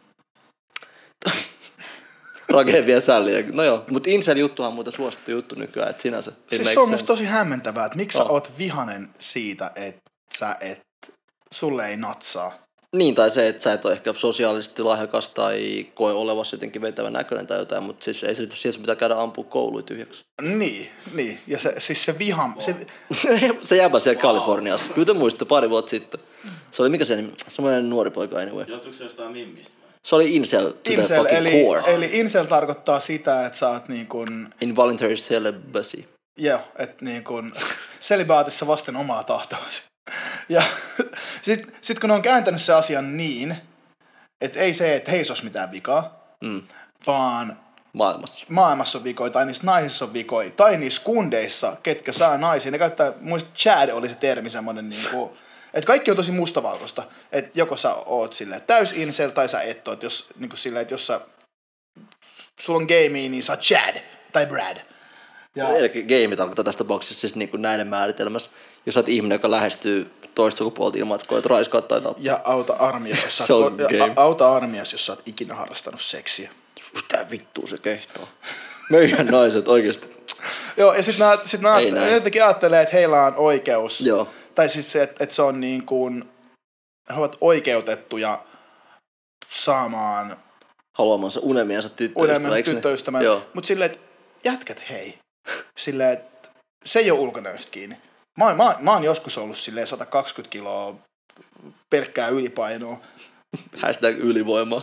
Rageen vie sälliä. No joo, mutta incel-juttuhan on muuten suosittu juttu nykyään, että sinänsä. Siis se on musta tosi hämmentävää, että miksi sä oot vihanen siitä, että sulle ei natsaa. Niin, tai se, että sä et ole ehkä sosiaalisesti lahjakas tai koe olevasi jotenkin vetävän näköinen tai jotain, mutta siis ei se siihen pitää käydä ampua kouluja tyhjäksi. Niin. Ja se viha... Se jäbä siellä Kaliforniassa. Kyllä te muistatte pari vuotta sitten. Se oli mikä se nimi? Semmoinen nuori poika anyway. Johtuuko se jostain mimmistä? Se oli incel to the fucking core. Eli incel tarkoittaa sitä, että sä oot niin kuin... Involuntary celibacy. Joo, että niin kuin celibaatissa vasten omaa tahtoasi. Ja sit kun ne on kääntänyt se asian niin, että ei se, että heissä olisi mitään vikaa, vaan maailmassa on vikoja, tai niissä naisissa on vikoja, tai niissä kundeissa, ketkä saa naisia. Ne käyttää, muista Chad oli se termi semmoinen, niin kuin, että kaikki on tosi mustavalkoista. Että joko sä oot silleen täys incel, tai sä et oot, jos, niin kuin silleen, että jos sulla on gamea, niin sä oot Chad tai Brad. Eli game tarkoittaa tässä tapauksessa siis niin kuin näiden määritelmässä. Jos sä oot ihminen, joka lähestyy toista sukupuolta ilman, että koet raiskaa tai tappaa. Ja auta armias, jos sä oot ikinä harrastanut seksiä. Mitä vittua se kehtoo? Meidän naiset oikeesti. Joo, ja sit nää jotenkin ajattelee, että heillä on oikeus. Joo. Tai siis se, että se on niin kuin, he ovat oikeutettuja saamaan haluamansa unelmiansa tyttöystävän. Mutta silleen, että jätkät hei. Silleen, että se ei ole ulkonäöstä kiinni. Mä oon joskus ollut silleen 120 kiloa pelkkää ylipainoa. Hashtag ylivoima.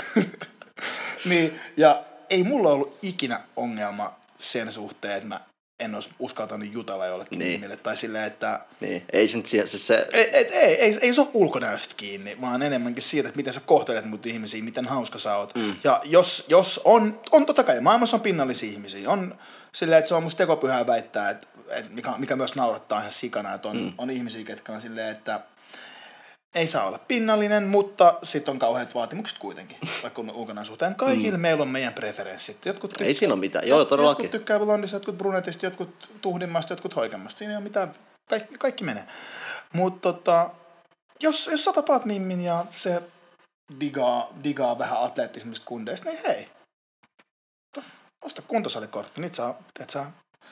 Niin, ja ei mulla ollut ikinä ongelma sen suhteen, että mä en olisi uskaltanut jutella jollekin ihmille. Tai silleen, että... Niin, ei se... Ei se ole ulkonäöstä kiinni, vaan enemmänkin siitä, että miten sä kohtelet muut ihmisiä, miten hauska sä oot. Ja jos on totta kai, maailmassa on pinnallisia ihmisiä. On silleen, että se on musta tekopyhää väittää, että mikä myös naurattaa ihan sikana, että on ihmisiä, ketkä on silleen, että ei saa olla pinnallinen, mutta sitten on kauheat vaatimukset kuitenkin, vaikka on ulkonäön suhteen. Kaikille meillä on meidän preferenssit. Ei siinä ole mitään, joo todellakin. Jotkut tykkää blondista, jotkut brunetista, jotkut tuhdimmasta, jotkut hoikemmasta. Siinä ei ole mitään, kaikki menee. Mutta jos sä tapaat Mimmin ja se digaa vähän atleettisemmista kundeista, niin hei, osta kuntosalikortti, niitä saa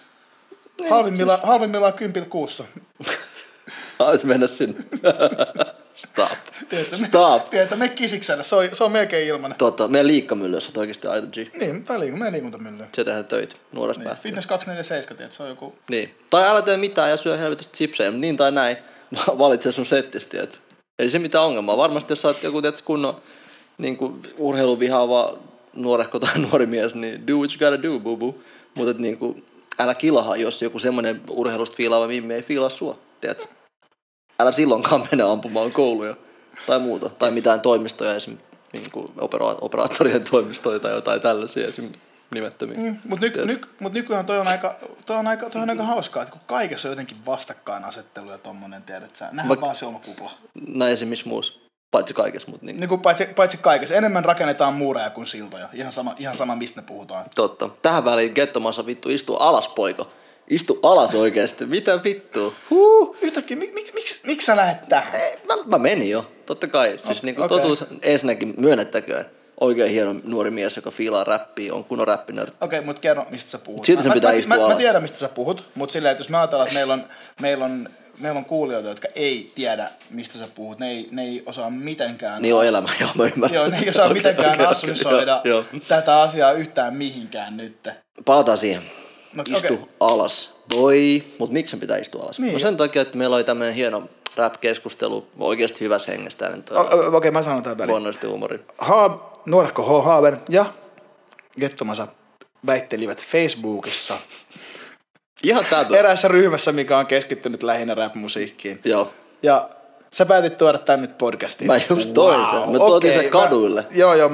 halvimmillaan 10 kuussa. Haluais mennä sinne. Stop. Tiedätkö, me kisiksellä, se on melkein ilmanen. Meidän liikkamylly, jos oot oikeesti aito G. Niin, meidän liikuntamylly. Se tehdään töitä nuoresta niin, lähtien. Fitness 247, tiedätkö, se on joku... Niin. Tai älä tee mitään ja syö helvetisti chipsejä, mutta niin tai näin. Valitse sun settistä, et. Ei se mitään ongelmaa. Varmasti jos sä oot joku kunnon niin urheiluvihaava nuorehko tai nuori mies, niin do what you gotta do, boo. Mutta niin älä kilaha, jos joku semmoinen urheilusta fiilaava mimmi ei fiilaa sua, tiedätkö? Älä silloinkaan mene ampumaan kouluja tai muuta. Tai mitään toimistoja, esimerkiksi niin operaattorien toimistoja tai jotain tällaisia esimerkiksi nimettömiä. Mutta nykyään toi on aika hauskaa, että kun kaikessa on jotenkin vastakkainasettelu ja tommonen, tiedät sä, nähdään vaan se oma kupla. No esimerkiksi muussa, paitsi kaikessa. Niin kuin paitsi kaikessa. Enemmän rakennetaan muureja kuin siltoja. Ihan sama mistä me puhutaan. Totta. Tähän väliin Gettomassa vittu istuu alas, poika. Istu alas oikeesti. Mitä vittua? Yhtäkkiä, miksi sä lähet tähän? Mä menin jo, totta kai. Siis niinku totuus ensinnäkin myönnettäköön. Oikein hieno nuori mies, joka fiilaa räppiä, on kunnon räppinörtti. Okei, mutta kerro, mistä sä puhut. Siitä sen pitää istua alas. Mä tiedän, mistä sä puhut, mutta silleen, että jos mä ajatellaan, että meillä on kuulijoita, jotka ei tiedä, mistä sä puhut. Ne ei osaa mitenkään... Niin on elämä, joo, mä ymmärrän. Joo, ne ei osaa mitenkään assosioida tätä asiaa yhtään mihinkään nyt. Palataan siihen. Istu alas. Mutta miksi sen pitää istua alas? Niin. No sen takia, että meillä oli tämmöinen hieno rap-keskustelu oikeasti hyvässä hengessä. Okei, mä sanon tämän väliin. Luonnollisesti huumorin. Nuorehko H. Haaber ja Gettomasa väittelivät Facebookissa. Ihan täytyy. Eräässä ryhmässä, mikä on keskittynyt lähinnä rap-musiikkiin. Joo. Ja sä päätit tuoda tän nyt podcastiin. Mä just toin sen. Mä tuotin sen kaduille. Joo,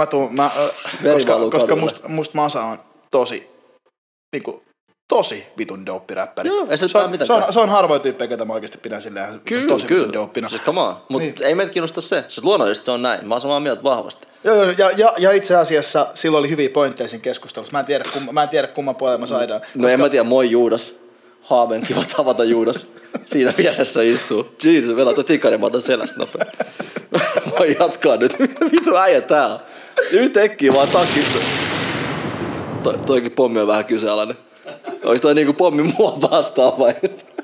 koska musta Masa on tosi vitun dope-räppäri. Joo, ei se mitään. Se on harvoin tyyppejä, ketä mä oikeesti pidän silleen tosi vitun dope-na. Siis come on. Mut niin. Ei meitä kiinnosta se. Siis luonnollisesti se on näin. Mä oon samaa mieltä vahvasti. Joo, ja itse asiassa silloin oli hyviä pointteja siinä keskustelussa. Mä en tiedä kumman puolella mä saidaan. No en mä tiedä, moi Juudas. Haaven kiva tavata Juudas. Siinä vieressä istuu. Jesus, vielä toi tikari, mä otan selästä nopea. Voi jatkaa nyt. Vitu äijä tää on. Yhtäkkiä vaan takista. Toikin pommi on vähän kyseenalainen. Olis toi niinku pommi mua vastaan vai?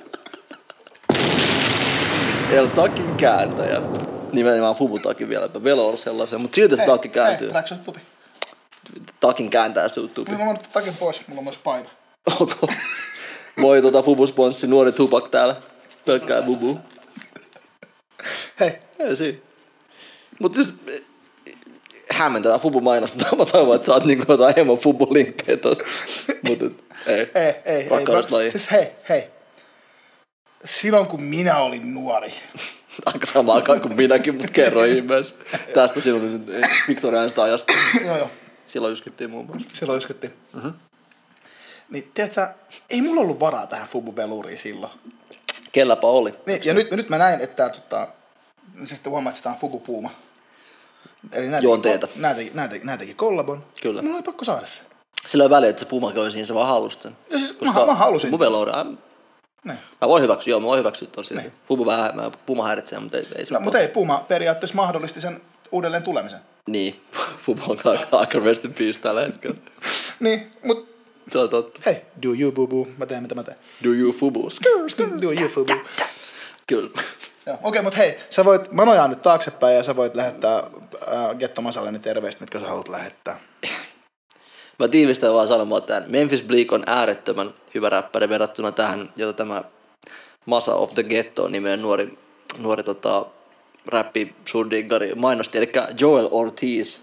El takin kääntäjä. Nimenomaan fubutakin vieläpä velor sellaisen, mutta silti se takki kääntyy. Ei, tupi. Takin kääntää se tupi. Mulla on takin pois, mulla on myös paita. Okay. Moi fubusponssi, nuori Tupac täällä. Pelkkää bubu. Hei. Ei siinä. Mut siis hämmentävää fubu-mainosta. Mä toivon, että saat niinku jotain hieman fubu-linkkejä tosta. Mut ei. Rakkauslaji. Siis hei. Silloin kun minä olin nuori. Aika samaan aikaan kuin minäkin, mutta kerro ihmeessä. Tästä sinun viktoriaanista ajasta. Joo. Silloin yskettiin muun muassa. Mm-hmm. Niin, tiedätkö, ei mulla ollut varaa tähän fubu-veluriin silloin. Kelläpä oli. Niin, ja nyt mä näin, että sitten huomaat, että tämä on fubu-puuma. Eli nää teki kollabon. Kyllä. Mulla oli pakko saada se. Sillä ei väliä, että se puumakin oli siinä, se vaan halusi sen. Ja siis mä halusin. Mun velori. Niin. Mä voin hyväksyä ton silti. Fubu vähän, puuma häiritsee, mutta ei se. No, mutta ei, puuma periaatteessa mahdollisti sen uudelleen tulemisen. Niin, fubu on aika rest in peace tällä hetkellä. Niin, mut se on totta. Hei, do you boo-boo, mä teen mitä mä teen. Do you fubu? Do you fubu? Kyllä. Okei, mut hei, mä nojaan nyt taaksepäin ja sä voit lähettää Gettomasalle ne terveiset, mitkä sä haluat lähettää. Mä tiivistän vaan sanomaan, että Memphis Bleek on äärettömän hyvä räppäri verrattuna tähän, jota tämä Masa of the Ghetto nimeen nuori räppi surdiggari mainosti, eli Joel Ortiz.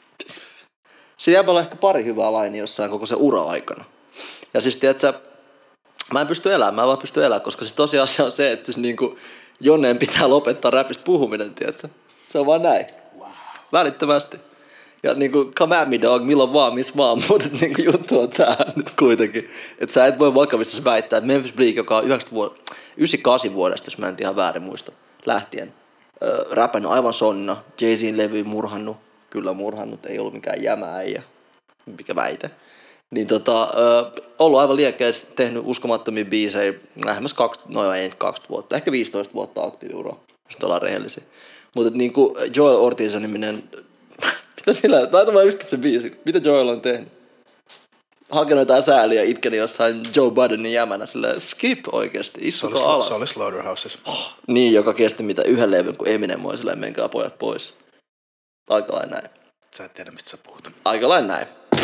Se jääpä olla ehkä pari hyvää lainia jossain koko se ura aikana. Ja siis tiedätkö, Mä en pysty elämään, mä vaan pysty elämään, koska se tosiasia on se, että siis niinku Jonneen pitää lopettaa räpistä puhuminen, tiedätkö? Se on vaan näin. Wow. Välittömästi. Ja niinku, come at me dog, milloin vaan, missä vaan, mutta niinku juttu on tää nyt kuitenkin. Että sä et voi vakavissa väittää, että Memphis Bleek, joka on 98 vuodesta, jos mä en ihan väärin muista, lähtien, räpännyt aivan sonnina, Jay-Zin levy murhannut, kyllä murhannut, ei ollut mikään jämääjä, mikä väite. Niin ollut aivan liekkeessä, tehnyt uskomattomia biisejä, lähemmäs 20 vuotta, ehkä 15 vuotta aktiiviuraa, jos ollaan rehellisiä. Mutta niinku Joel Ortizan niminen, mitä sillä, laita vaan ystävä se biisi, mitä Joel on tehnyt? Hakenut jotain sääliä, itkeni jossain Joe Bidenin jämänä, silleen skip oikeesti, istukaa alas. Se oli Slaughterhouses. Niin, joka kesti mitä yhden levyn, kun Eminem oli silleen, menkää pojat pois. Aikalain näin. Sä et tiedä, mistä sä puhut. Aikalain näin.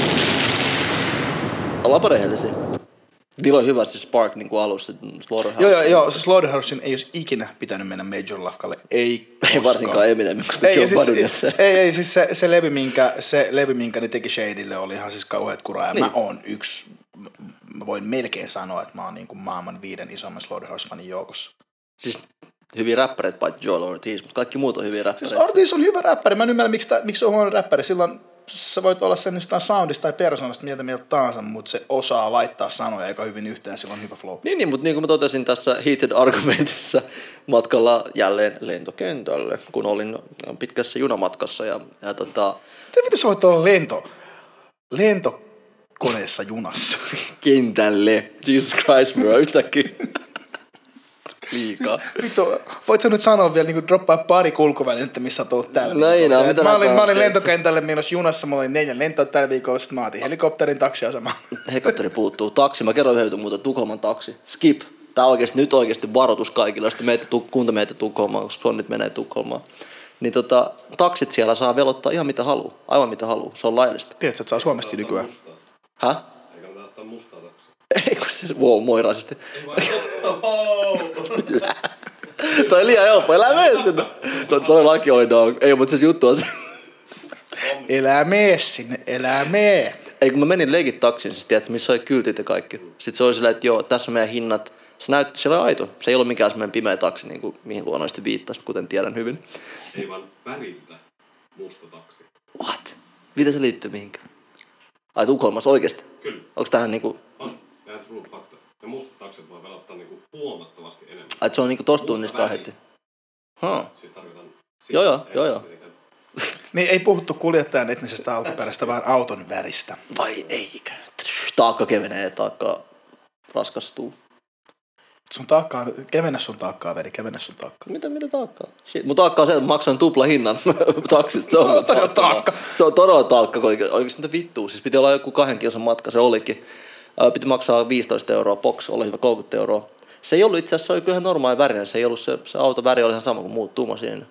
Ollaanpa rehellisiä. Niillä oli hyvästi Spark niin kuin alussa. Joo, se Slaughterhousein ei olisi ikinä pitänyt mennä Major-lafkalle. Ei varsinkaan Eminem. Ei, siis se levy, minkä ne teki Shadille, oli ihan siis kauheat kuraa. Ja niin. Mä voin melkein sanoa, että mä oon niin kuin maailman 5 isomman Slaughterhouse-fanin joukossa. Siis hyviä räppäreitä, paitsi Joel Ortiz, mutta kaikki muut on hyviä räppäreitä. Siis Ortiz on hyvä räppäri. Mä en ymmärrä, miksi se on huono räppäri. Silloin sä voit olla sen soundista tai persoonasta mieltä tahansa, mutta se osaa laittaa sanoja aika hyvin yhteen, sillä on hyvä flow. Niin, mutta niin kuin mä totesin tässä Heated Argumentissa matkalla jälleen lentokentälle, kun olin pitkässä junamatkassa Miten sä voit olla lentokoneessa junassa? Kentälle. Jesus Christ, bro, yhtäkkiä. Liikaa. Vittu, voit sä nyt sanoa vielä, niin droppaa pari kulkuvälinettä, missä oot ollut tällä viikolla? Mä olin lentokentälle menossa junassa, mä olin 4 lentoa tällä viikolla, sitten mä otin helikopterin taksiasemaan. Helikopteri puuttuu. Taksi, mä kerron yhden muuta, Tukholman taksi. Skip. Tää on nyt oikeesti varoitus kaikille, jos kunta meitä Tukholmaan, koska Son nyt menee Tukholmaan. Niin taksit siellä saa velottaa ihan mitä haluu. Aivan mitä haluu. Se on laillista. Tiedätkö, että saa Suomestakin nykyään. Häh? Eikä me ottaa mustaa taksia. Ei kun se, moi rasisti. Toi liian helppo, elää mee sinne. Toi laki oli dog. Ei, mutta se juttu on se. Elää mee sinne, elää mee. Ei, kun mä menin leikit taksiin, siis tiedätkö, missä oli kyltit ja kaikki. Sitten se oli silleen, että joo, tässä on meidän hinnat. Se näytti, siellä oli aito. Se ei ollut mikään semmoinen pimeä taksi, niin kuin, mihin luonnollisesti viittasit, kuten tiedän hyvin. Ei vaan väriltä musta taksi. What? Mitä se liittyy mihinkään? Ai Tukholmassa oikeesti? Kyllä. Onko tähän niinku... On. Näin true fakta. Ja mustat taksit voi velottaa niinku huomattavasti enemmän. Ai se on niinku tosta tunnistaa heti? Siis tarkoitan... Joo. Niin ei puhuttu kuljettajan etnisestä alkuperäistä, vaan auton väristä. Vai eikö? Taakka kevenee, taakka raskastuu. Kevennä sun taakkaa, veri, kevennä sun taakkaa. Mitä taakkaa? Mun taakka on se, että maksan tupla hinnan taksista. Se on taakka. Se on todella taakka, oikeesti mitä vittua. Siis piti olla joku 2 kilsan matka, se olikin. Piti maksaa 15 €, box, oli hyvä 30 €. Se ei ollut itse asiassa, se oli kyllä ihan normaali värinen. Se ei ollut se auton väri oli ihan sama kuin muut tuuma siinä.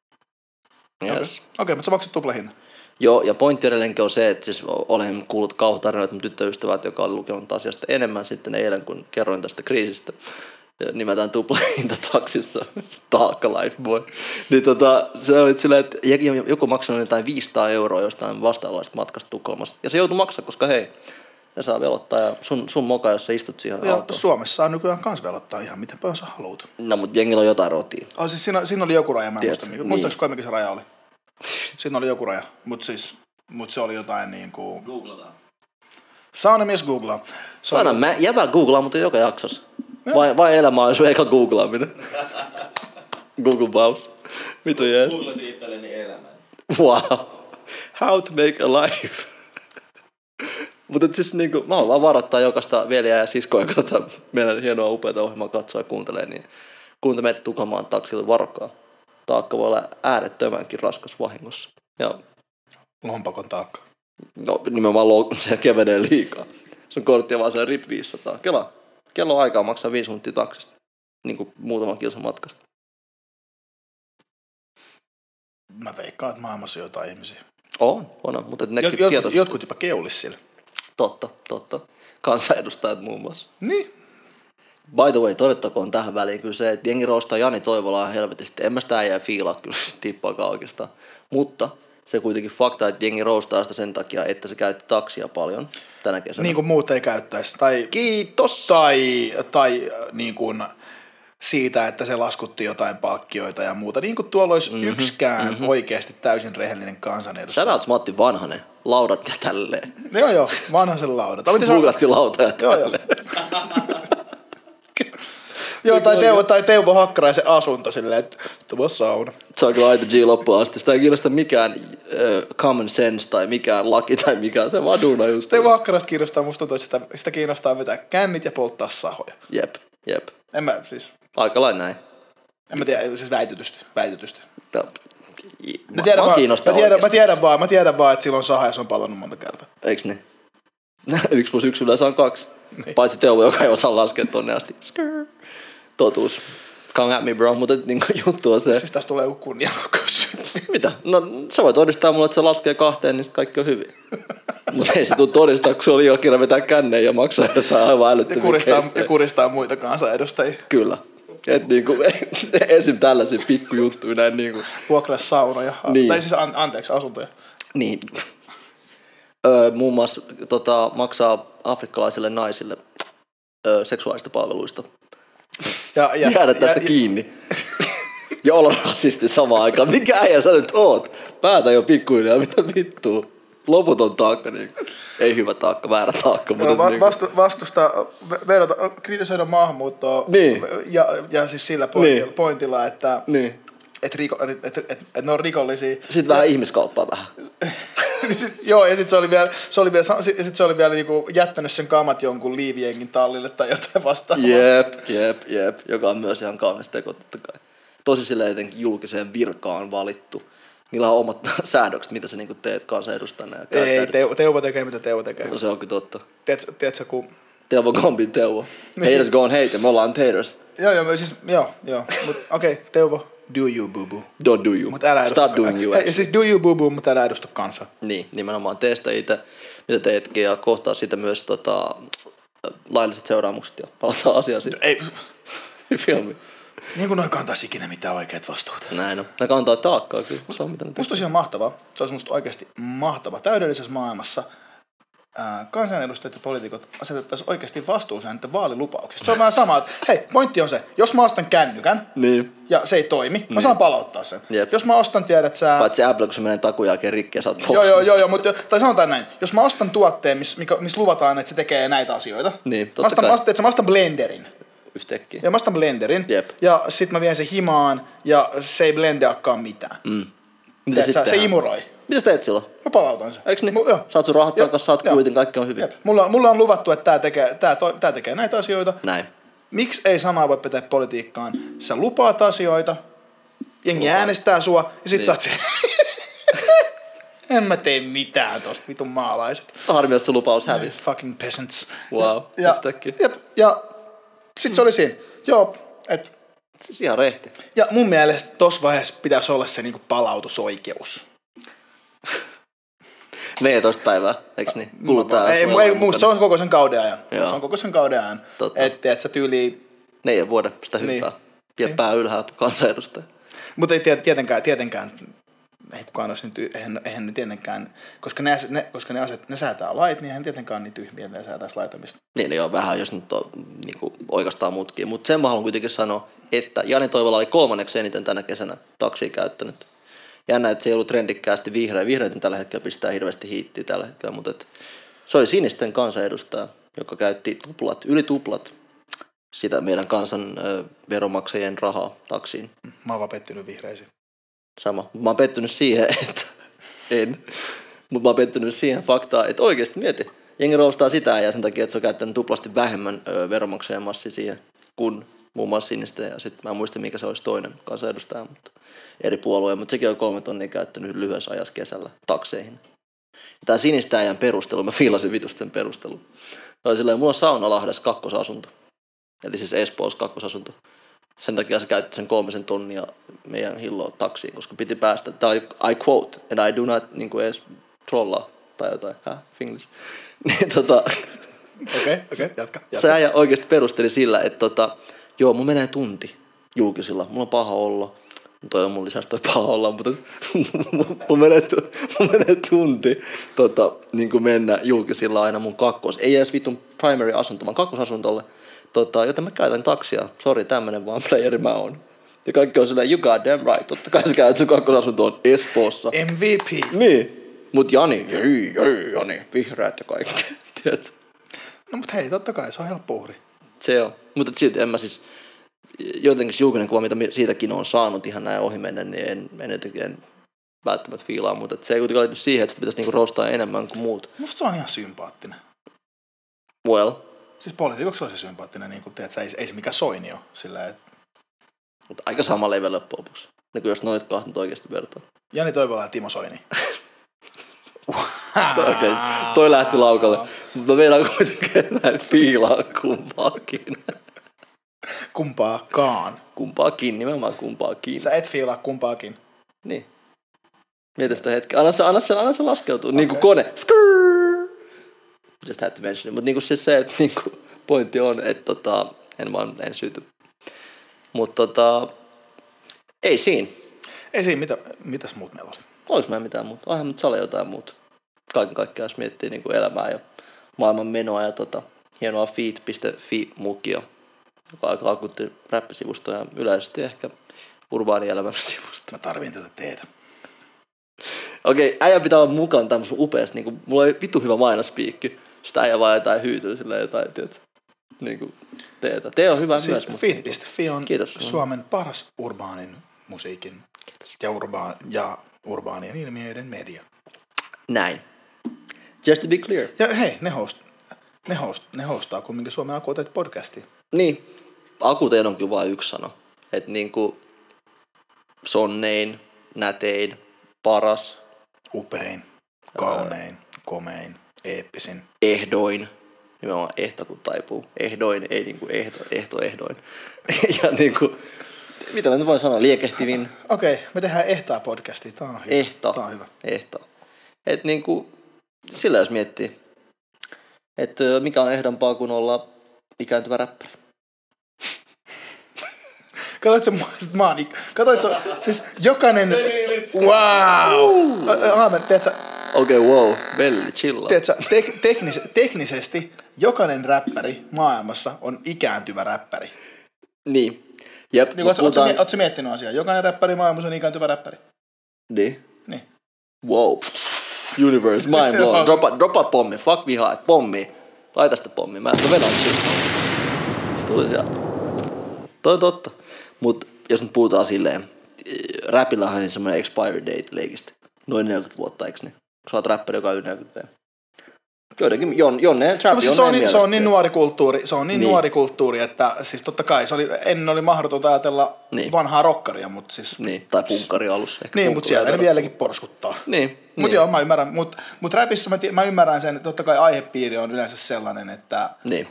Yes. Okei, mutta sä maksat tupla hinnan. Joo, ja pointti edelleenkin on se, että siis olen kuullut kauhutarinoita mun tyttöystävät, joka oli lukenut asiasta enemmän sitten eilen, kun kerroin tästä kriisistä. Nimetään tuplahinta taksissa, taakka lifeboy. Niin se oli silleen, että joku maksanut jotain 500 € jostain vastaavanlaista matkasta Tukholmassa. Ja se joutui maksaa, koska hei, ne saa velottaa ja sun moka, jos sä istut siihen autoon. Suomessa saa nykyään kans velottaa ihan mitä paljon sä haluut. No, mutta jengillä on jotain rotia. Siis siinä oli joku raja, mä en muista. Muistaaks mikä se raja oli? Siinä oli joku raja, mutta se oli jotain niinku... Googlataan. Saunamies googlaa. Jäbä googlaa, mutta joka jaksossa. Vai elämä on sun eka googlaaminen? Google Mouse. Mitä jees? Googlasin itselleni elämän. Wow. How to make a life. Mutta siis niinku, mä haluan vaan varoittaa jokaista veljää ja siskoa, kun meidän hienoa upeata ohjelmaa katsoa ja kuuntelee, niin kun te menette Tukholmaan taksille, varokaa. Taakka voi olla äärettömänkin raskas vahingossa. Ja lompakon taakka. No nimenomaan se kevenee liikaa. Sun kortti on vaan se RIP 500. Kello aikaa maksaa 5 minuuttia taksista. Niin kuin muutaman kilsan matkasta. Mä veikkaan, että maailmassa on jotain ihmisiä. On, mutta jotkut jopa keulis sillä. Totta. Kansanedustajat muun muassa. Niin. By the way, todettakoon tähän väliin kyllä se, että jengi roostaa Jani Toivolaa helvetisti. En mä sitä äijää fiilaa kyllä tippaakaan oikeastaan. Mutta se kuitenkin fakta, että jengi roustaa sitä sen takia, että se käytti taksia paljon tänä kesänä. Niin kuin muut ei käyttäisi. Tai, Kiitos! Tai niin kuin siitä, että se laskutti jotain palkkioita ja muuta. Niin kuin tuolla olisi yksikään oikeasti täysin rehellinen kansanedustaja. Shoutouts Matti Vanhanen, laudat ja tälleen. Joo, vanhaisen laudat. Bugatti lauta ja Joo. tälleen. Joo, tai Teuvo Hakkaraisen asunto silleen, että tuo sauna. Se on kyllä aito G loppuun asti. Sitä ei kiinnosta mikään common sense tai mikään laki tai mikään, se vaan duuna just. Teuvo Hakkarasta kiinnostaa, musta tuntuu, että sitä kiinnostaa vetää kännit ja polttaa sahoja. Jep. En mä siis, Aikalain näin. en mä tiedä, siis väitetysti. Mä kiinnostaa Mä tiedän vaan, että silloin saha ja se on palannut monta kertaa. Eiks niin? 1+1 yleensä on 2. Niin. Paitsi Teuvo, joka ei osaa laskea tonne asti. Skrrr. Totuus. Come at me bro, mutta niinku juttu on se. Siis tästä tulee joku kunnianloukaus. Mitä? No sä voit todistaa mulle, että se laskee 2, niin sit kaikki on hyvin. Mutta ei se tule todistaa, kun se on liian kiire vetää känneen ja maksaa jotain aivan älyttömiä Ja kuristaa muita kansanedustajia. Kyllä. Et niinku esim. Tällaisia pikkujuttuja näin niinku. Vuokraa saunoja. Niin. Tai siis anteeksi, asuntoja. Niin. Muun muassa maksaa afrikkalaisille naisille seksuaalista palveluista. Jäädä tästä kiinni. Ja olla rasisti samaan aikaan. Mikä äijä sä nyt oot? Päätä jo pikkuhiljaa, mitä vittua. Loputon taakka. Niin. Ei hyvä taakka, väärä taakka. Mutta vastusta, kritisoida maahanmuuttoa. Niin. Ja siis sillä pointilla, että ne on rikollisia. Sitten vähän ihmiskauppaa vähän. Joo, ja sitten se oli vielä niinku jättänyt sen kamat jonkun liiviengin tallille tai jotain vastaavaa. Jep. Joka on myös ihan kaunis teko, totta kai. Tosi silleen jotenkin julkiseen virkaan valittu. Niillä on omat säädökset, mitä sä niinku teet kansanedustajana. Ei, Teuvo tekee, mitä Teuvo tekee. No se onkin totta. Tiedätkö, kun... Teuvo Gombin Teuvo. Haters gone hate, me ollaan haters. Joo. Mut okei, Teuvo, do you boo-boo. Don't do you. Stop doing you. Siis do you boo-boo, mutta älä edusta kansaa. Niin, nimenomaan tee sitä itse, mitä teetkin, ja kohtaa siitä myös lailliset seuraamukset, ja palataan asiaan sitten. Ei. Filmi. Niin kuin noin kantaisi ikinä mitään oikeat vastuuta. Näin on. Ne kantaa taakkaa kyllä. Se on mitä ne musta olisi ihan mahtavaa. Se olisi musta oikeasti mahtavaa. Täydellisessä maailmassa kansanedustajat ja poliitikot asetettaisiin oikeasti vastuuseen niiden vaalilupauksista. Se on vähän sama, että hei, pointti on se, jos mä ostan kännykän ja se ei toimi, mä saan palauttaa sen. Jep. Jos mä ostan, tiedät sä... Paitsi Apple, kun se menee takun jälkeen rikki ja sä oot pois. Joo, mutta tai sanotaan näin, jos mä ostan tuotteen, missä luvataan, että se tekee näitä asioita. Niin, totta kai. Mä ostan blenderin. Yhtäkkiä. Ja mä ostan blenderin. Jep. Ja sit mä vien sen himaan ja se ei blendeakaan mitään. Mitä sitten se imuroi. Mitä sä teet silloin? Mä palautan sen. Eiks niin? Saat sun rahat takas, saat kuitin, kaikki on hyvin. Jep. Mulla on luvattu, että tää tekee näitä asioita. Näin. Miksi ei samaa voi pitää politiikkaan? Sä lupaat asioita, jengi äänestää sua ja sit sä oot se. En mä tee mitään tosta vitun maalaiset. Harmi, jos se lupaus hävisi. Fucking peasants. Wow, yhtäkkiä. Ja sit se oli siinä. Joo, et. Siis ihan rehti. Ja mun mielestä tossa vaiheessa pitäisi olla se niinku palautusoikeus. 14 päivää, eiks niin? Ei, musta se on koko sen kauden ajan. Joo. Se on koko sen kauden ajan. Et sä tyyliin... 4 vuoden sitä hyppää. Pidät pää ylhäällä kansanedustaja. Mutta ei tietenkään, ei kukaan olisi nyt, eihän ne tietenkään, koska ne säätää lait, niin eihän tietenkään niin tyhmiä, että ne säätäisi laitamista. Niin joo, vähän jos nyt on, niinku, oikeastaan muutkin. Mutta sen mä haluan kuitenkin sanoa, että Jani Toivola oli 3. eniten tänä kesänä taksia käyttänyt. Jännä, että se ei ollut trendikkäästi vihreä. Vihreitä tällä hetkellä pistää hirveästi hiittiä tällä hetkellä, mutta se oli sinisten kansanedustaja, joka käytti yli tuplat sitä meidän kansan veronmaksajien rahaa taksiin. Mä oon vaan pettynyt vihreisiin. Sama. Mä oon pettynyt siihen, että mutta mä oon pettynyt siihen faktaan, että oikeasti mieti. Jengi roustaa sitä ja sen takia, että se on käyttänyt tuplasti vähemmän veronmaksajien massi siihen kuin muun muassa sinistä. Ja sitten mä en muista, mikä se olisi toinen kansanedustaja, mutta eri puolue. Mutta sekin on 3 tonnia käyttänyt lyhyessä ajassa kesällä takseihin. Tää sinistä äijän perustelu, mä fiilasin vitusti sen perustelun. Oli silleen, mulla on Saunalahdessa 2. asunto. Eli siis Espoossa 2. asunto. Sen takia se käytti sen 3 tonnia meidän hilloa taksiin, koska piti päästä. Tää oli I quote, and I do not niinku edes trollaa tai jotain. Finglish. Niin Okei, jatka. Se äijä oikeasti perusteli sillä, että joo, mun menee tunti julkisilla. Mulla on paha olla. Toi on mun lisäksi toi paha olla, mutta mun menee tunti niin kuin mennä julkisilla aina mun ei edes vitun primary asunto, vaan kakkosasuntolle. Joten mä käytän taksia. Sori, tämmönen vaan playeri mä oon. Ja kaikki on silleen, you got damn right. Totta kai sä käytät sun kakkosasunto on Espoossa. MVP. Niin. Mut Jani, Jani, vihreät ja kaikki. Tiedätkö? No mut hei, totta kai, se on helppo uhri. Se on. Mutta silti en mä siis, jotenkin julkinen kuva, mitä siitäkin on saanut ihan näin ohi mennä, niin en välttämättä fiilaa, mutta se ei kuitenkaan liity siihen, että sitä pitäisi niinku roostaa enemmän kuin muut. Musta se on ihan sympaattinen. Well. Siis poliitikoksi on se sympaattinen, niin kuin teet, ei se mikä Soini ole. Sillä, että... Mutta aika sama level loppujen lopuksi. Niin kuin jos noit kahta nyt oikeasti vertaa. Jani Toivola ja Timo Soini. Okay. Toi lähti laukalle. Mutta meillä kuitenkin näin fiilaa kumpaakin. Kumpaakaan. Kumpaakin, nimenomaan kumpaakin. Sä et fiilaa kumpaakin. Niin. Mieti sitä hetkeä. Anna se laskeutua. Okay. Niin kuin kone. Skrrr. Just had to mention it. Mutta niin kuin siis se, että niin kuin pointti on, että en syyty. Mutta ei siinä. Ei siinä. Mitäs muut meillä oli? Olis meillä mitään muuta? Onhan nyt sale jotain muuta. Kaiken kaikkiaan jos miettii niin kuin elämää ja maailman menoa ja hienoa feed.fi-mukia, joka on aika akuutti räppisivusto ja yleisesti ehkä urbaanielämän sivusto. Mä tarviin tätä tehdä. Okei, äijä pitää olla mukaan tämmöisen upeasti, niin kuin, mulla oli vittu hyvä mainospiikki. Sitten äijä vaan jotain hyytyy silleen jotain, tiedät, niin kuin teetä. Tee on hyvä siis myös. Feed.fi on kiitos, Suomen paras urbaanin musiikin ja urbaanien ilmiöiden media. Näin. Just to be clear. Ja hei, ne hostaa kumminkin Suomen Akuuteet podcastia. Niin, Akuuteet onkin vain yksi sana. Että niinku sonnein, nätein, paras. Upein, kaunein, komein, eeppisin. Ehdoin. Nimenomaan ehto kun taipuu. Ehdoin, ei niinku ehdoin. Ja niinku, mitä mä nyt voin sanoa, liekehtivin. Okei, me tehdään ehtaa podcastia. Tää on hyvä. Tää on hyvä. Ehto. Et niinku, sillä jos miettii, että mikä on ehdompaa kuin olla ikääntyvä räppäri. Katoitko, siis jokainen, wow! Aamen, tiedätkö? Okei, wow, velli, chilla. Tiedätkö, teknisesti jokainen räppäri maailmassa on ikääntyvä räppäri. Niin. Jep, niin ootko miettinyt asiaa? Jokainen räppäri maailmassa on ikääntyvä räppäri. Niin. Niin. Wow. Universe, mind blown. Dropa pommi. Fuck vihaa, pommi. Laita sitä pommi. Mä vedän siitä. Se tuli sieltä. Toi on totta. Mut jos nyt puhutaan silleen, räpillähän on semmoinen expiry date leikistä. Noin 40 vuotta, eiks niin? Sä oot räppäri, joka on yli 40 V. Joidenkin, Jonne ja Trappi on näin mielestä. Se on niin nuori kulttuuri, nuori kulttuuri, että siis totta kai ennen oli mahdotonta ajatella vanhaa rockaria, mutta siis... Niin, tai punkkari alussa. Niin, mutta siellä ne vieläkin porskuttaa. Niin. Mutta joo, mä ymmärrän. Mutta räpissä mä ymmärrän sen, että totta kai aihepiiri on yleensä sellainen, että... Niin.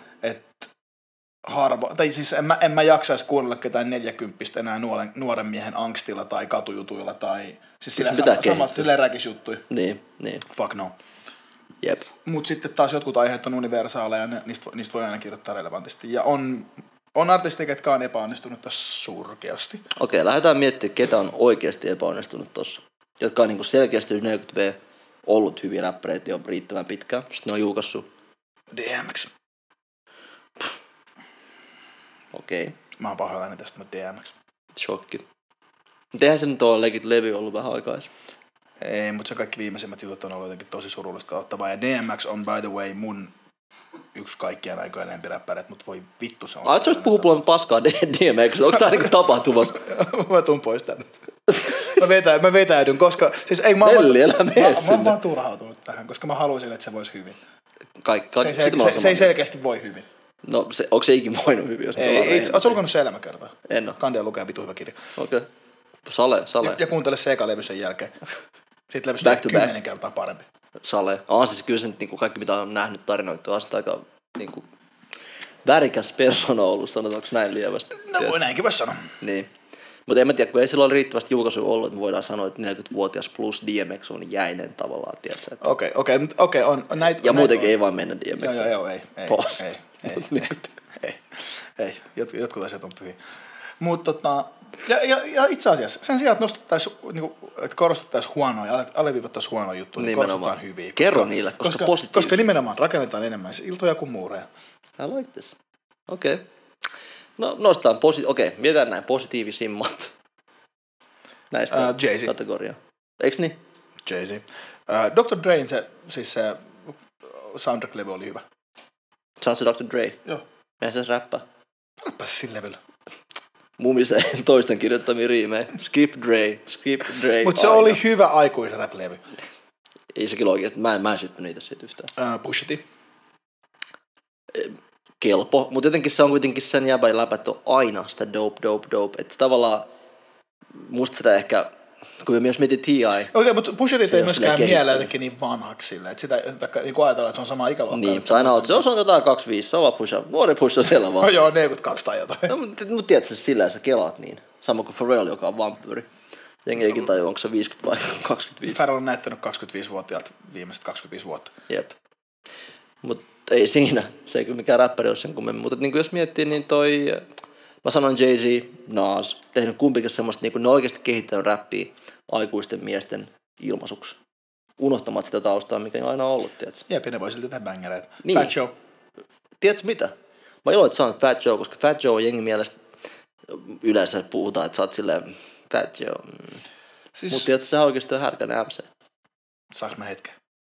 Tai siis en mä jaksaisi kuunnella ketään 40 enää nuoren miehen angstilla tai katujutuilla tai... Siis samat räkisjuttuja. Niin. Fuck no. Jep. Mut sitten taas jotkut aiheet on universaaleja ja niistä voi aina kirjoittaa relevantisti. Ja on artisteja, ketkä on epäonnistunut tässä surkeasti. Okei, lähdetään miettimään, ketä on oikeasti epäonnistunut tossa. Jotka on niinku selkeästi 40V ollut hyviä räppäreitä jo riittävän pitkään. Sitten ne on julkaissut. DMX. Okei. Mä oon pahoillani tästä, mutta DMX. Shokki. Mutta eihän se nyt ole legit levy ollut vähän aikaisin. Ei, mutta se kaikki viimeisimmät jutut on ollut jotenkin tosi surullista ottavaa. Ja DMX on by the way mun yksi kaikkien aikojen lempiräppäreet, mutta voi vittu se on. Ai, sä puhuu paljon paskaa DMX, onko tää niinku tapahtumassa? Mä tuun pois tänne. Mä vetäydyn, koska... Siis ei, mä oon vaan turhautunut tähän, koska mä haluaisin, että se voisi hyvin. Se ei selkeästi voi hyvin. No, onko se ikin voinut hyvin? Jos ootko lukenut se elämäkertaa? En oo. Kandea lukee vitu hyvä kirja. Okei. Sale. Ja kuuntele se eka levy sen jälkeen. Sitten levyssä back to 10 kertaa parempi. Sale. Siis kyllä se nyt niinku kaikki mitä on nähnyt tarinoitu on aika niinku värikäs persona ollut, sanotaanko näin lievästi. No näinkin voi sanoa. Niin. Mutta en mä tiedä, kun ei sillä ole riittävästi julkaisuja ollut, että me voidaan sanoa, että 40-vuotias plus DMX on jäinen tavallaan, tiedätkö? Okei, on näitä... Ja muutenkin ei vaan mennä DMX. Joo, ei. Jotkut asiat on pyhiä. Ja itse asiassa sen sijaan, että nostettaisiin, niinku, että korostettaisiin huonoja, alleviivattaisiin huonoja juttuja, niin korostetaan hyviä. Kerro niille, koska positiivisia. Koska nimenomaan rakennetaan enemmän iltoja kuin muureja. I like this. Okei. No nostetaan mietitään näin positiivisimmat näistä Jay-Z. kategoriaa. Eiks niin? Jay-Z. Dr. Drein se soundtrack-levy oli hyvä. Se on se Dr. Dre. Joo. Mehän se räppää. Räppäs sillä levyllä. Mumisen toisten kirjoittamia riimejä. Skip Dre. Mutta se oli hyvä aikuisen rap-levy. Ei se kyllä oikeesti. Mä en sytty niitä siitä yhtään. Pusha T. Kelpo. Mutta jotenkin se on kuitenkin sen jäbän läpät on aina sitä dope. Että tavallaan musta sitä ehkä, kun myös mietit T.I. Okei, mutta Pusha T ei myöskään mieleen jotenkin niin vanhaksi silleen. Että sitä niin ajatellaan, että se on sama ikäluokka. Niin, se aina on. Se on jotain 25. Se on vaan Pusha. Nuori Pusha siellä vaan. No joo, 42 tai jotain. No, mutta tiedätkö, sillä sä kelaat niin. Sama kuin Pharrell, joka on vampyyri. Jengi eikin tajua, onko se 50 vai 25. Pharrell on näyttänyt 25-vuotiaalta viimeiset 25 vuotta. Jep. Mutta ei siinä. Se ei kyllä mikään räppäri ole sen kummemmin. Mutta niin jos miettii, niin mä sanon Jay-Z, Nas, tehnyt kumpikin semmoista, niin ne on oikeasti kehittänyt räppiä aikuisten miesten ilmaisuksi. Unohtamat sitä taustaa, mikä on aina ollut, tiedätkö? Jep, ne voi silti tehdä bängereitä. Niin. Fat Joe. Tiedätkö mitä? Mä iloin, että sä oot Fat Joe, koska Fat Joe on jengi mielestä yleensä puhutaan, että sä oot silleen Fat Joe. Siis... Mutta tiedätkö, sä oikeasti on härkäinen MC. Saanko mä hetken?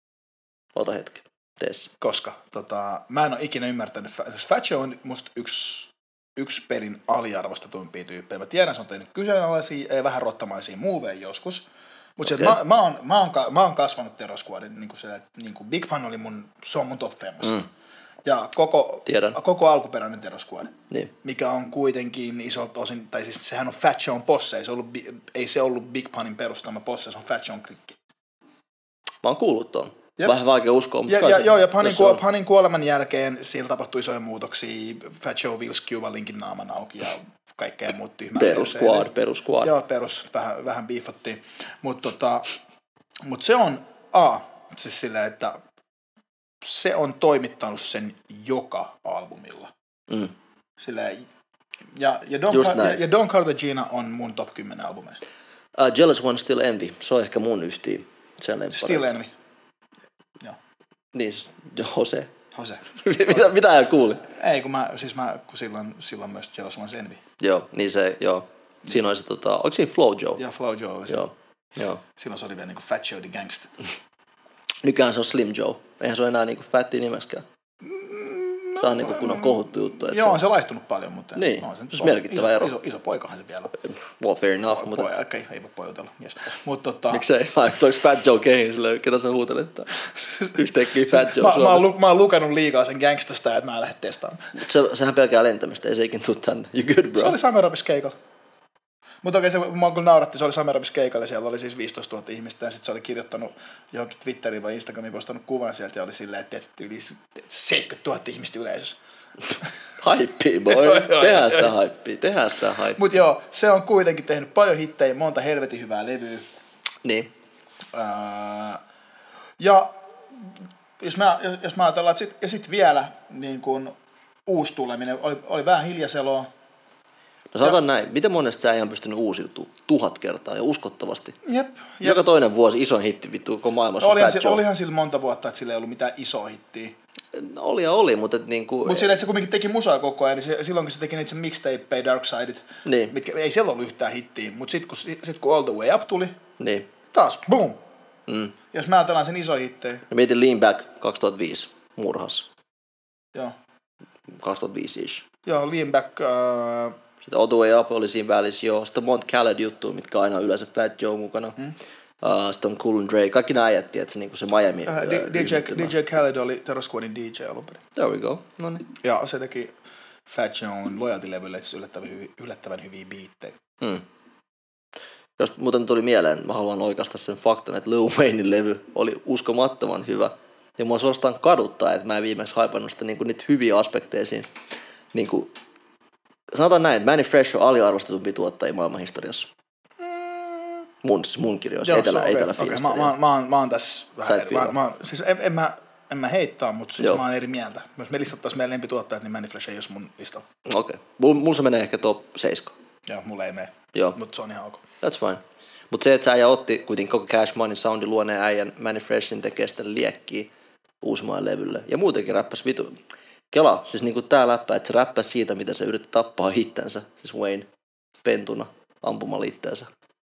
Ota hetki. Tees. Koska mä en ole ikinä ymmärtänyt. Fat Joe on musta yksi pelin aliarvostetuimpia tyyppejä. Mä tiedän, se on tehnyt kyseenalaisia ja vähän rottamaisia moveja joskus. Mutta okay. Mä oon kasvanut Terror Squadin, niin Big Fun oli se on mun top famous. Ja koko alkuperäinen Terror Squad, niin. Mikä on kuitenkin isolta osin, tai siis sehän on Fat Joen posse, ei se ollut Big Punin perustama posse, se on Fat Joen klikki. Mä oon kuullut ton. Vähän vaikea uskoa, mutta ja Punin kuoleman jälkeen siellä tapahtui isoja muutoksia. Fat Joe Wills Cuba Linkin naaman auki ja kaikkea muut tyhmää. Perus squad. Joo, vähän biifattiin. Mutta se on siis silleen, että se on toimittanut sen joka albumilla. Silleen, ja Don Cartagena on mun top 10 albumeista. Jealous One Still Envy. Se on ehkä mun yhtiä. Still Envy. Joo. Niin, Jose. Mitä hän kuuli? Ei, kun silloin myös Jealous One's Envy. Joo, niin se, joo. Siinä oli se, oliko siinä Flow Joe? Joo, Flow Joe oli Joo. Silloin se oli vielä niinku Fat Joe the Gangster. Nykyään se on Slim Joe. Eihän se ole enää niinku Fattia nimeskään. Se on niinku kun on kohuttu juttu. Joo, on se laihtunut paljon, mutta... Niin, se on merkittävä ero. Iso poikahan se vielä on. Well, fair enough. Okei, ei voi pojutella. Yes. Miksei? Oliko Fat Joe kehin silleen, ketä sä huutelet? Yhtäkkiä Fat Joe Suomessa. Mä oon lukenut liikaa sen gangstasta, että mä en lähde testaamaan. Sehän pelkää lentämistä, ei se ikin tuu tänne. You good, bro? Se oli Samerabis keikalla. Mutta okei, mua kyllä nauratti, se oli Samerabis keikalla, siellä oli siis 15 000 ihmistä ja sitten se oli kirjoittanut johonkin Twitteriin vai Instagramiin, postannut kuvan sieltä ja oli silleen, että yli 70 000 ihmistä yleisössä. Hypea, boy. Tehdään sitä hypea. Mut joo, se on kuitenkin tehnyt paljon hittejä, monta helvetin hyvää levyä. Niin. Ja jos mä ajatellaan, ja sitten vielä niin kun uusi tuleminen, oli vähän hiljaseloa. No sanotaan näin, miten monesti sä ei ole pystynyt uusiutumaan 1000 kertaa ja uskottavasti? Jep. Joka toinen vuosi iso hitti vittu koko maailmassa. Olihan sillä monta vuotta, että sillä ei ollut mitään isoa hittiä. No, oli, mutta niinku... Mutta silleen, että se kuitenkin teki musaa koko ajan, niin silloin kun se teki niitä mixtapeja, Darksideit, niin. mitkä ei siellä ollut yhtään hittiä, mutta sit kun All the Way Up tuli, niin. Taas boom! Jos mä ajatellaan sen iso hittejä. No mietin Lean Back 2005, murhas. Joo. 2005-ish. Joo, Lean Back... Sitten All the Way Up oli siinä välissä, joo. Sitten Mont Khaled juttu, mitkä aina on yleensä Fat Joe mukana. Sitten on Cool and Dre. Kaikki nämä äijät, että niinku se Miami. DJ Khaled oli Terror Squadin DJ alun perin. There we go. No niin. Ja se teki Fat Joen Loyalty-levylle yllättävän hyviä biittejä. Jos muuten tuli mieleen, mä haluan oikaista sen faktan, että Lil Waynein levy oli uskomattoman hyvä. Ja mua suorastaan kaduttaa, että mä en viimeksi haipannut sitä niinku niitä hyviä aspekteja siinä. Niinku, sanotaan näin, Manny Fresh on aliarvostetumpi tuottajia maailman historiassa. Mun kirjoissa, Etelä-Fiilistä. Mä oon tässä vähän siis en mä heittää, mutta siis mä oon eri mieltä. Jos me listattaisiin meidän lempituottajat, niin Manny Fresh ei olisi mun listalla. Okei. Mulla se menee ehkä top 7. Joo, mulle ei mene. Joo. Mutta se on ihan ok. That's fine. Mutta se, että se äijä otti kuitenkin koko Cash Money soundin luoneen äijän Manny Freshin tekee sitä liekkiä uusimaan levylle. Ja muutenkin räppäs vitu. Kela, siis niinku tää läppä, että se räppäsi siitä, mitä se yritti tappaa hittensä. Siis Wayne pentuna ampumalla itteensä.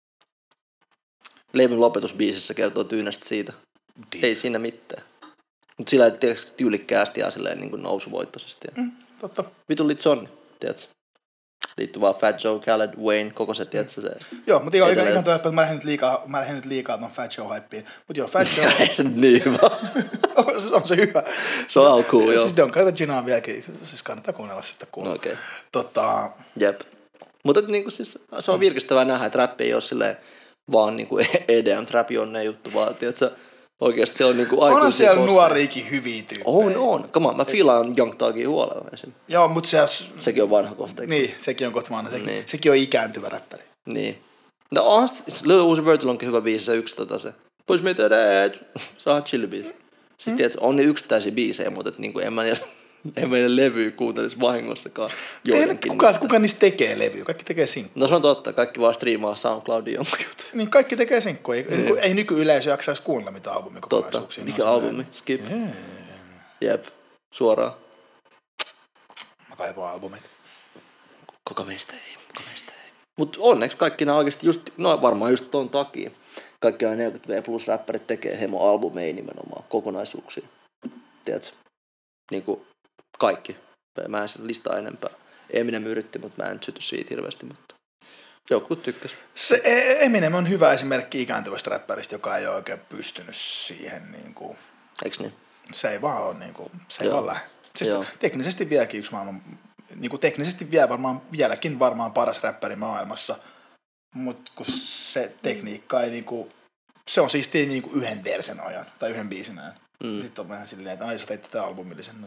Levyn lopetusbiisissä kertoo tyynästä siitä. Ei siinä mitään. Mutta sillä ei tietysti tyylikkäästi ja silleen niin nousuvoittoisesti. Totta. Vitu lit Sonni, tiedätkö? Liittyy vaan Fat Joe, Khaled, Wayne, koko se, tiedätkö se? Joo, mutta ihan tuo, että mä lähdin nyt liikaa ton Fat Joe-hyppiin. Mutta joo, Fat Joe... Ei se nyt niin hyvä. on se hyvä. Se on cool, joo. Siis Don Cartaginaa vieläkin, siis kannattaa kuunnella sitä kuunnella. Okei. Jep. Mutta niinku siis se on virkistävää nähdä, että räppi ei ole silleen vaan niinku EDM-trappi on ne juttu, vaan tiedätkö, oikeesti se on niinku aikuisia. On siellä nuoriikin hyviä tyyppejä. On. Come on, mä fiilaan Young Thugia huolella esim. Joo, mutta sekin on vanha kohta. Niin, sekin on kohta vanha. Niin. Sekin on ikääntyvä räppäri. Niin. No onhan Lil Uzi Vert onkin hyvä biisi, se yksi se. Pois meitä edeet. Se on chill biisi. Siis tiedätkö, on ne yksittäisiä biisejä, mutta niinku en mä niiden levyä kuuntelisi vahingossakaan. Kuka niistä tekee levyä? Kaikki tekee sinkkuja. No se on totta, kaikki vaan striimaa SoundCloudin jonkun jutun. Niin kaikki tekee sinkkuja. Ei nykyyleisö jaksaisi kuunnella mitään albumikokonaisuuksia. Totta. Mikä albumi? Skip. Jep. Suoraan. Mä kaipaan albumit. Kuka meistä ei. Mut onneksi kaikki nämä oikeesti just, no varmaan just ton takia. Kaikki nämä 40V plus räppärit tekee hemo-albumeja nimenomaan, kokonaisuuksia. Tiedätkö? Niinku kaikki. Mä en sen listaa enempää. Eminem yritti, mutta mä en syty siitä hirveästi, mutta joku tykkäs. Se Eminem on hyvä esimerkki ikääntyvästä räppäristä, joka ei ole oikein pystynyt siihen niinku... Eiks niin? Se ei vaan ole niinku, se ei vaan lähde. Siis teknisesti vieläkin yksi maailman, niinku teknisesti vieläkin varmaan paras räppäri maailmassa, mutta kun se tekniikka ei niinku, se on siis niinku yhden versen ajan, tai yhden biisin ajan. Sitten on vähän silleen, että sä teit tätä albumillisen.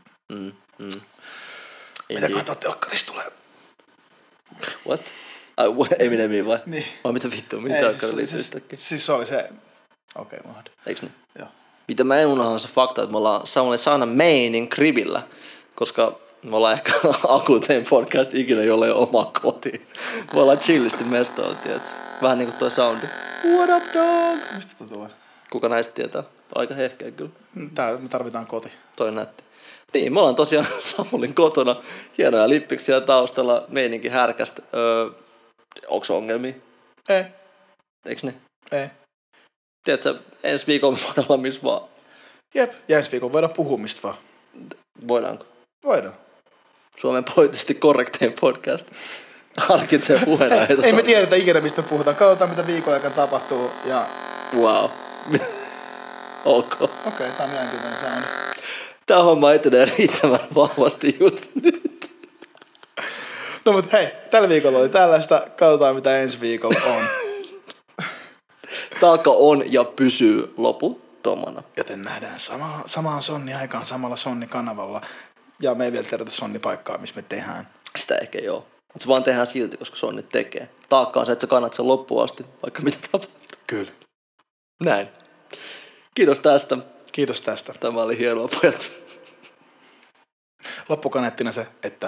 Mitä katsoa telkkarista tulee? What? Eminemiin vai? Niin. Vai mitä vittua? Mitä telkkari liittyy yhtäkkiä? Siis se oli se... Okei, mahdollista. Eiks niin? Joo. Mitä mä en unohda se fakta, että me ollaan sauna Mainin kribillä, koska me ollaan ehkä akuutein podcast ikinä, jolla ei ole oma koti. Me ollaan chillisti mestoilla, tiedätkö? Vähän niinku toi soundi. What up, dog? Mistä tuo tulee? Kuka näistä tietää? Aika hehkeä kyllä. Me tarvitaan koti. Toi nätti. Niin, me ollaan tosiaan Samulin kotona. Hienoja lippiksiä taustalla, meininki härkästä. Onks ongelmia? Ei. Eiks ne? Ei. Tiedätkö, ensi viikolla me voidaan olla missä vaan. Jep, ja ensi viikolla voidaan puhua mistä vaan. Voidaanko? Voidaan. Suomen poliittisesti korrektein podcast. Harkitsee puheena. Ei me tiedetä ikinä, mistä me puhutaan. Katsotaan, mitä viikon aikana tapahtuu. Ja... Wow. Ok. Okei, tää on mielenkiintoinen soundi. Tää homma etenee riittävän vahvasti just nyt. No mut hei, tällä viikolla oli tällaista. Katsotaan, mitä ensi viikolla on. Taakka on ja pysyy loputtomana. Joten nähdään samaan Sonni-aikaan samalla Sonni-kanavalla. Ja me ei vielä tiedetä Sonni-paikkaa, missä me tehdään. Sitä ehkä joo. Mutta se vaan tehdään silti, koska Sonni tekee. Taakka on se, että sä kannat sen loppuun asti, vaikka mitä tapahtuu. Kyllä. Näin. Kiitos tästä. Kiitos tästä. Tämä oli hienoa, pojat. Loppukaneettina se, että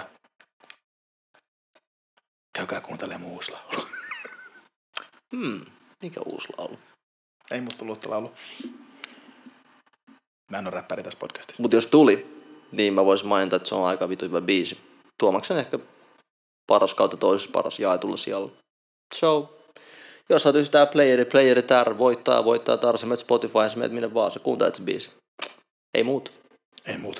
käykää kuuntelemaan mun uusi laulu. Mikä uusi laulu? Ei musta tullut laulu. Mä en ole räppäri tässä podcastissa. Mutta jos tuli, niin mä voisin mainita, että se on aika vitu hyvä biisi. Tuomaksen ehkä paras kautta toisessa paras jaetulla siellä. So, jos sä tää playeri tär, voittaa tar, sä menet Spotify, sä menet minne vaan, sä kuuntelet se biisi. Ei muuta. Ei muuta.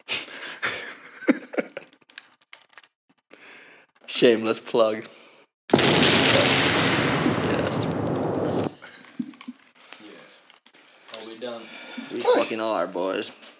Shameless plug. Yes. Yes. Are we done? We fucking are, boys.